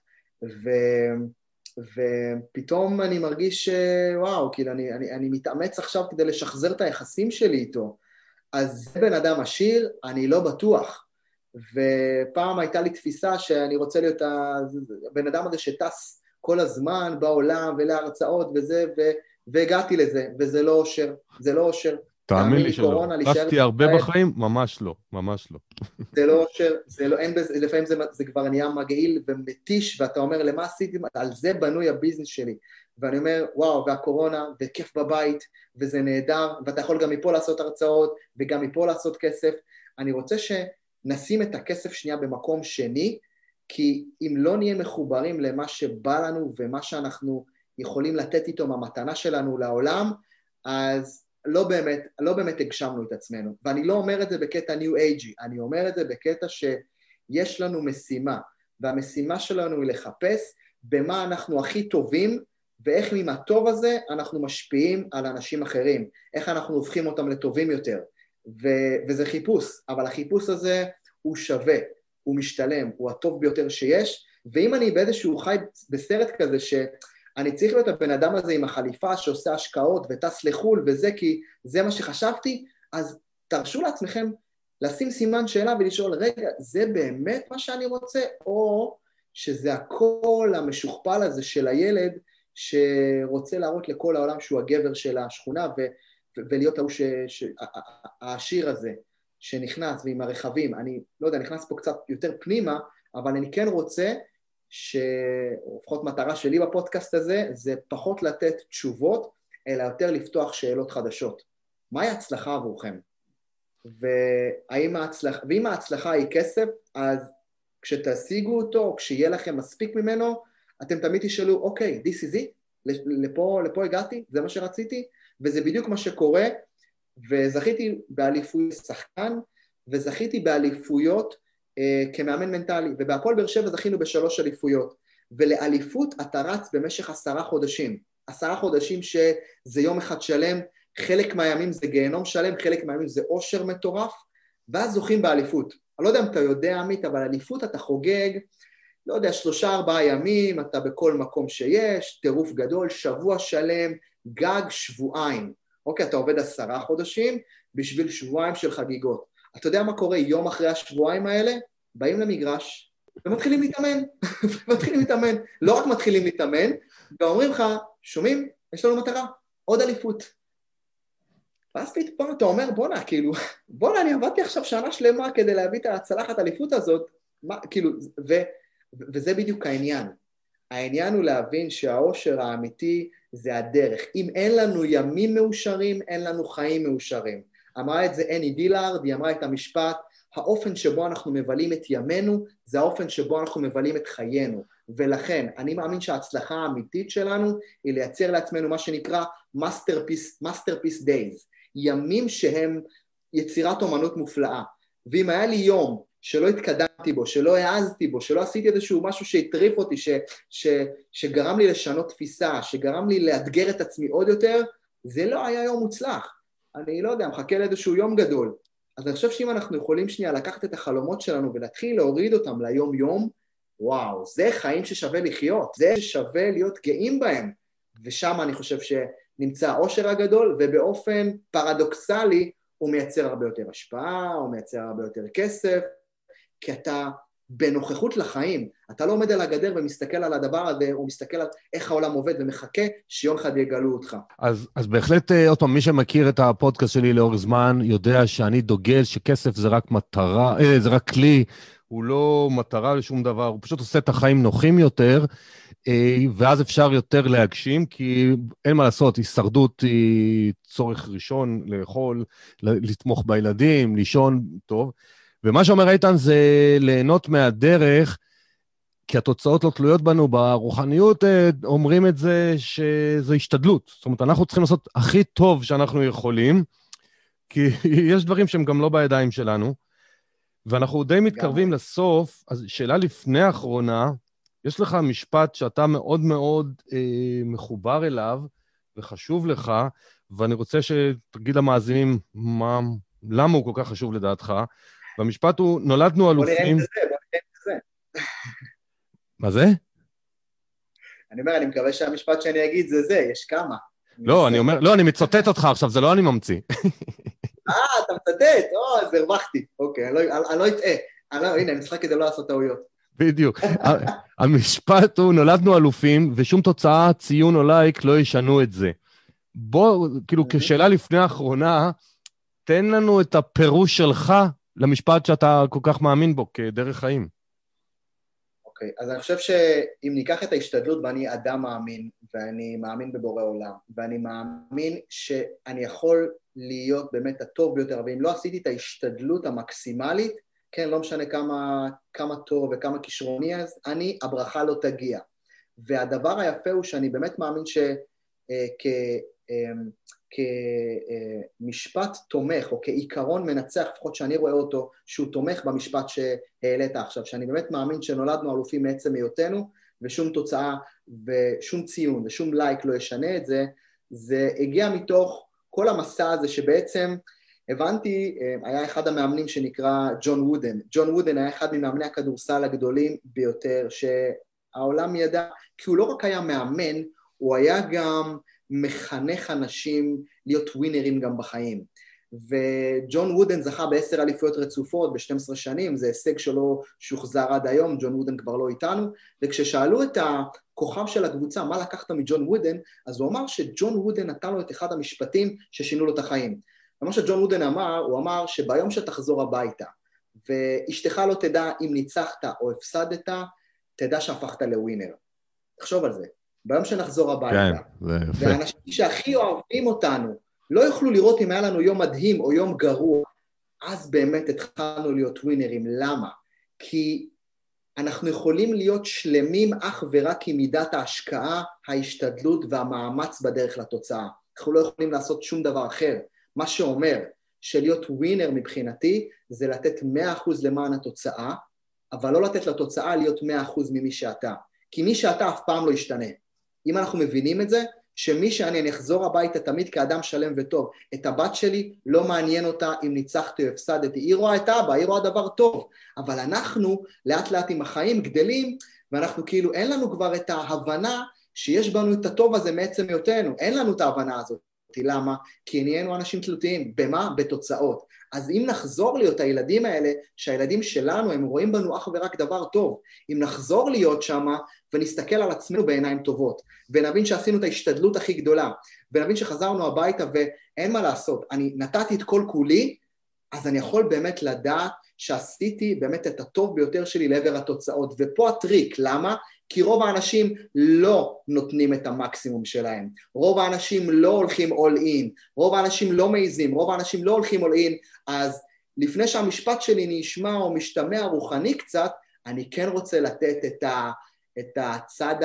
ופתאום אני מרגיש, וואו, כאילו אני מתאמץ עכשיו כדי לשחזר את היחסים שלי איתו. אז זה בן אדם עשיר, אני לא בטוח. ופעם הייתה לי תפיסה שאני רוצה להיות הבן אדם הזה שטס כל הזמן בעולם ולהרצאות וזה, והגעתי לזה, וזה לא אושר, זה לא אושר. תאמין לי שלא. טסתי הרבה בחיים, ממש לא, ממש לא. זה לא אושר, זה לא, אין בזה, לפעמים זה כבר נהיה מגעיל ומתיש, ואתה אומר, למה עשיתי? על זה בנוי הביזנס שלי. ואני אומר, וואו, והקורונה, וכיף בבית, וזה נהדר, ואתה יכול גם מפה לעשות הרצאות, וגם מפה לעשות כסף. אני רוצה שנשים את הכסף שנייה במקום שני, כי אם לא נהיה מחוברים למה שבא לנו, ומה שאנחנו יכולים לתת איתו מהמתנה שלנו לעולם, אז לא באמת הגשמנו את עצמנו. ואני לא אומר את זה בקטע ניו אייג'י, אני אומר את זה בקטע שיש לנו משימה, והמשימה שלנו היא לחפש במה אנחנו הכי טובים, ואיך עם הטוב הזה אנחנו משפיעים על אנשים אחרים, איך אנחנו הופכים אותם לטובים יותר, וזה חיפוש, אבל החיפוש הזה הוא שווה, הוא משתלם, הוא הטוב ביותר שיש, ואם אני באיזשהו חי בסרט כזה שאני צריך להיות הבן אדם הזה עם החליפה שעושה השקעות וטס לחול וזה, כי זה מה שחשבתי, אז תרשו לעצמכם לשים סימן שאלה ולשאול, רגע, זה באמת מה שאני רוצה? או שזה הכל המשוכפל הזה של הילד שרוצה להראות לכל העולם שהוא הגבר של השכונה ולהיות העשיר הזה שנכנס ועם הרכבים. אני לא יודע, נכנס פה קצת יותר פנימה, אבל אני כן רוצה לפחות מטרה שלי בפודקאסט הזה, זה פחות לתת תשובות, אלא יותר לפתוח שאלות חדשות. מהי ההצלחה עבורכם? ואם ההצלחה היא כסף, אז כשתשיגו אותו, או כשיהיה לכם מספיק ממנו, אתם תמיד תשאלו, אוקיי, this is it, לפה הגעתי, זה מה שרציתי, וזה בדיוק מה שקורה, וזכיתי באליפויות שחקן, וזכיתי באליפויות כמאמן מנטלי, ובהפועל באר שבע זכינו ב3 אליפויות, ולאליפות אתה רץ במשך 10 חודשים, 10 חודשים שזה יום אחד שלם, חלק מהימים זה גיהנום שלם, חלק מהימים זה אושר מטורף, ואז זוכים באליפות. אני לא יודע אם אתה יודע, עמית, אבל אליפות אתה חוגג, לא יודע, 3-4 ימים, אתה בכל מקום שיש, טירוף גדול, שבוע שלם, גג שבועיים. אוקיי, אתה עובד 10 חודשים בשביל שבועיים של חגיגות. אתה יודע מה קורה יום אחרי השבועיים האלה? באים למגרש ומתחילים להתאמן. מתחילים להתאמן. לא רק מתחילים להתאמן, ואומרים לך, שומעים, יש לנו מטרה, עוד אליפות. ואז פתאום אתה אומר, בונה, אני עבדתי עכשיו שנה שלמה כדי להביא את הצלחת האליפות הזאת, וזה בדיוק העניין. העניין הוא להבין שהאושר האמיתי זה הדרך. אם אין לנו ימים מאושרים, אין לנו חיים מאושרים. אמרה את זה אני דילארד, היא אמרה את המשפט, האופן שבו אנחנו מבלים את ימינו, זה האופן שבו אנחנו מבלים את חיינו. ולכן, אני מאמין שההצלחה האמיתית שלנו, היא לייצר לעצמנו מה שנקרא masterpiece days. ימים שהם יצירת אומנות מופלאה. ואם היה לי יום שלא התקדמתי בו, שלא העזתי בו, שלא עשיתי איזשהו משהו שהטריף אותי, שגרם לי לשנות תפיסה, שגרם לי לאתגר את עצמי עוד יותר, זה לא היה יום מוצלח. אני לא יודע, מחכה לאיזשהו יום גדול. אז אני חושב שאם אנחנו יכולים שנייה לקחת את החלומות שלנו ולהתחיל להוריד אותם ליום יום, וואו, זה חיים ששווה לחיות, זה שווה להיות גאים בהם. ושם אני חושב שנמצא העושר הגדול, ובאופן פרדוקסלי הוא מייצר הרבה יותר השפעה, הוא מייצר הרבה יותר כסף, כי אתה בנוכחות לחיים, אתה לא עומד על הגדר ומסתכל על הדבר הזה, הוא מסתכל על איך העולם עובד ומחכה שיום אחד יגלו אותך. אז בהחלט, עוד פעם, מי שמכיר את הפודקאסט שלי לאורך זמן, יודע שאני דוגל שכסף זה רק מטרה, זה רק כלי, הוא לא מטרה לשום דבר, הוא פשוט עושה את החיים נוחים יותר, ואז אפשר יותר להגשים, כי אין מה לעשות, הישרדות היא צורך ראשון, לאכול, לתמוך בילדים, לישון טוב, ומה שאומר איתן זה ליהנות מהדרך, כי התוצאות לא תלויות בנו, ברוחניות אומרים את זה שזו השתדלות, זאת אומרת, אנחנו צריכים לעשות הכי טוב שאנחנו יכולים, כי יש דברים שהם גם לא בידיים שלנו, ואנחנו די מתקרבים לסוף, אז שאלה לפני האחרונה, יש לך משפט שאתה מאוד מאוד מחובר אליו, וחשוב לך, ואני רוצה שתגיד למאזינים למה הוא כל כך חשוב לדעתך, והמשפט הוא, נולדנו אלופים... בוא נראה את זה. מה זה? אני אומר, אני מקווה שהמשפט שאני אגיד זה, יש כמה. לא, אני אומר, לא, אני מצוטט אותך עכשיו, זה לא אני ממציא. אתה מצטט? אז הרווחתי. אוקיי, אני לא אטעה. הנה, אני משחק כדי לא לעשות טעויות. בדיוק. המשפט הוא, נולדנו אלופים, ושום תוצאה, ציון או לייק לא ישנו את זה. בוא, כאילו, כשאלה לפני האחרונה, תן לנו את הפירוש שלך למשפט שאתה כל כך מאמין בו, כדרך חיים. אוקיי, אז אני חושב שאם ניקח את ההשתדלות, ואני אדם מאמין, ואני מאמין בבורא עולם, ואני מאמין שאני יכול להיות באמת הטוב ביותר, ואם לא עשיתי את ההשתדלות המקסימלית, כן, לא משנה כמה טוב וכמה כישרוני, אז הברכה לא תגיע. והדבר היפה הוא שאני באמת מאמין כמשפט תומך, או כעיקרון מנצח, לפחות שאני רואה אותו, שהוא תומך במשפט שהעלית עכשיו, שאני באמת מאמין שנולדנו אלופים מעצם היותנו, ושום תוצאה ושום ציון ושום לייק לא ישנה את זה, זה הגיע מתוך כל המסע הזה שבעצם הבנתי, היה אחד המאמנים שנקרא ג'ון וודן. ג'ון וודן היה אחד ממאמני הכדורסל הגדולים ביותר שהעולם ידע, כי הוא לא רק היה מאמן, הוא היה גם מחנך אנשים להיות ווינרים גם בחיים. וג'ון וודן זכה ב10 אליפויות רצופות ב-12 שנים, זה הישג שלו שוחזר עד היום, ג'ון וודן כבר לא איתנו, וכששאלו את הכוכב של הקבוצה, מה לקחת מג'ון וודן, אז הוא אמר שג'ון וודן נתן לו את אחד המשפטים ששינו לו את החיים. מה שג'ון וודן אמר, הוא אמר שביום שתחזור הביתה, ואשתך לא תדע אם ניצחת או הפסדת, תדע שהפכת לווינר. תחשוב על זה. ביום שנחזור הביתה, כן, זה יפה. והאנשים שהכי אוהבים אותנו, לא יוכלו לראות אם היה לנו יום מדהים או יום גרוע, אז באמת התחלנו להיות ווינרים. למה? כי אנחנו יכולים להיות שלמים אך ורק עם מידת ההשקעה, ההשתדלות והמאמץ בדרך לתוצאה. אנחנו לא יכולים לעשות שום דבר אחר. מה שאומר שלהיות ווינר מבחינתי, זה לתת 100% למען התוצאה, אבל לא לתת לתוצאה להיות 100% ממי שאתה. כי מי שאתה אף פעם לא ישתנה. אם אנחנו מבינים את זה, שמי שאני אחזור הביתה תמיד כאדם שלם וטוב, את הבת שלי לא מעניין אותה אם ניצחתי או הפסדתי, היא רואה את אבא, היא רואה דבר טוב, אבל אנחנו לאט לאט עם החיים גדלים, ואנחנו כאילו אין לנו כבר את ההבנה שיש בנו את הטוב הזה מעצם היותנו, אין לנו את ההבנה הזאת. למה? כי נהיינו אנשים תלותיים. במה? בתוצאות. אז אם נחזור להיות הילדים האלה, שהילדים שלנו הם רואים בנו אך ורק דבר טוב, אם נחזור להיות שמה ונסתכל על עצמנו בעיניים טובות, ונבין שעשינו את ההשתדלות הכי גדולה, ונבין שחזרנו הביתה ואין מה לעשות, אני נתתי את כל כולי, אז אני יכול באמת לדעת שעשיתי באמת את הטוב ביותר שלי לעבר התוצאות. ופה הטריק, למה? כי רוב האנשים לא נותנים את המקסימום שלהם, רוב האנשים לא הולכים all in, רוב האנשים לא מעיזים, רוב האנשים לא הולכים all in, אז לפני שהמשפט שלי נשמע או משתמע רוחני קצת, אני כן רוצה לתת את הצד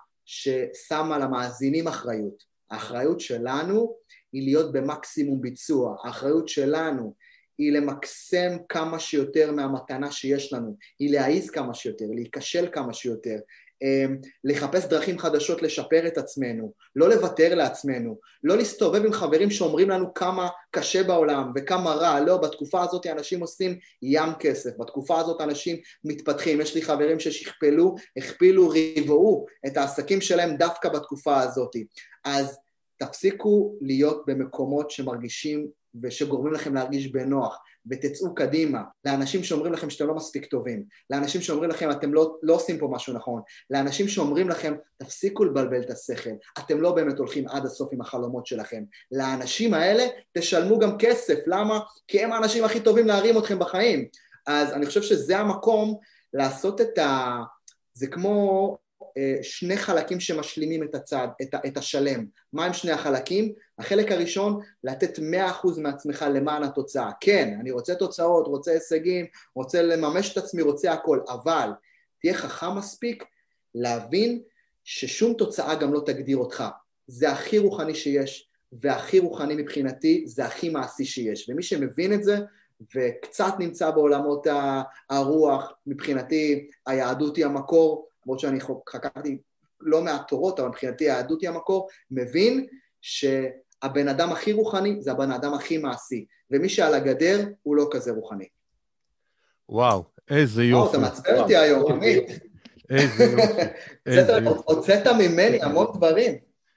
ששם על המאזינים אחריות. האחריות שלנו היא להיות במקסימום ביצוע, האחריות שלנו היא למקסם כמה שיותר מהמתנה שיש לנו, היא להעיז כמה שיותר, להיכשל כמה שיותר, לחפש דרכים חדשות לשפר את עצמנו, לא לוותר לעצמנו, לא להסתובב עם חברים שאומרים לנו כמה קשה בעולם וכמה רע. לא, בתקופה הזאת אנשים עושים ים כסף, בתקופה הזאת אנשים מתפתחים. יש לי חברים ששכפלו, הכפילו, ריבעו את העסקים שלהם דווקא בתקופה הזאת. אז תפסיקו להיות במקומות שמרגישים ושגורמים לכם להרגיש בנוח, ותצאו קדימה, לאנשים שאומרים לכם שאתם לא מספיק טובים, לאנשים שאומרים לכם אתם לא עושים פה משהו נכון, לאנשים שאומרים לכם תפסיקו לבלבל את השכל, אתם לא באמת הולכים עד הסוף עם החלומות שלכם. לאנשים האלה תשלמו גם כסף. למה? כי הם האנשים הכי טובים להרים אתכם בחיים. אז אני חושב שזה המקום לעשות זה כמו שני חלקים שמשלימים את הצד, את השלם. מה הם שני החלקים? החלק הראשון, לתת 100% מעצמך למען התוצאה. כן, אני רוצה תוצאות, רוצה הישגים, רוצה לממש את עצמי, רוצה הכל, אבל תהיה חכם מספיק להבין ששום תוצאה גם לא תגדיר אותך. זה הכי רוחני שיש, והכי רוחני מבחינתי, זה הכי מעשי שיש. ומי שמבין את זה, וקצת נמצא בעולמות הרוח, מבחינתי היהדות היא המקור, למרות שאני חקרתי לא מעט תורות, אבל מבחינתי היהדות היא המקור, מבין שהבן אדם הכי רוחני זה הבן אדם הכי מעשי, ומי שעל הגדר הוא לא כזה רוחני. וואו, איזה יופי. אתה מעצבן אותי היום, עמית. איזה יופי. הוצאת ממני המון דברים.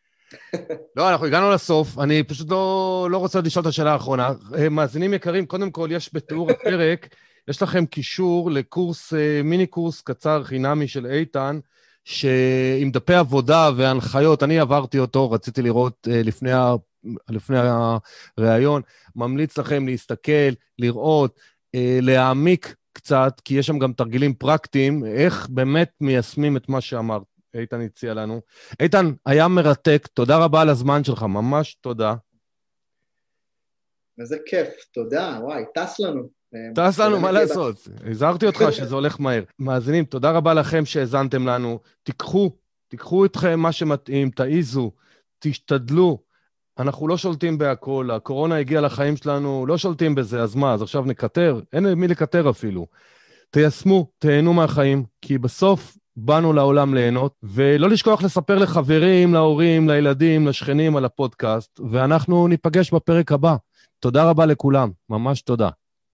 לא, אנחנו הגענו לסוף, אני פשוט לא רוצה לשאול את השאלה האחרונה. מאזינים יקרים, קודם כל יש בתיאור הפרק יש לכם קישור לקורס, מיני קורס קצר חינמי של איתן, שעם דפי עבודה והנחיות, אני עברתי אותו, רציתי לראות לפני הרעיון, ממליץ לכם להסתכל, לראות, להעמיק קצת, כי יש שם גם תרגילים פרקטיים, איך באמת מיישמים את מה שאמרת, איתן הציע לנו. איתן, היה מרתק, תודה רבה על הזמן שלך, ממש תודה. איזה כיף, תודה, וואי, טס לנו. טס לנו, מה לעשות? הזהרתי אותך שזה הולך מהר. מאזינים, תודה רבה לכם שהזנתם לנו. תיקחו אתכם מה שמתאים, תעיזו, תשתדלו. אנחנו לא שולטים בהכל, הקורונה הגיעה לחיים שלנו, לא שולטים בזה, אז מה? אז עכשיו נקטר? אין מי לקטר אפילו. תיישמו, תהנו מהחיים, כי בסוף באנו לעולם ליהנות, ולא לשכוח לספר לחברים, להורים, לילדים, לשכנים על הפודקאסט, ואנחנו ניפגש בפרק הבא. תודה רבה לכולם, ממש תודה.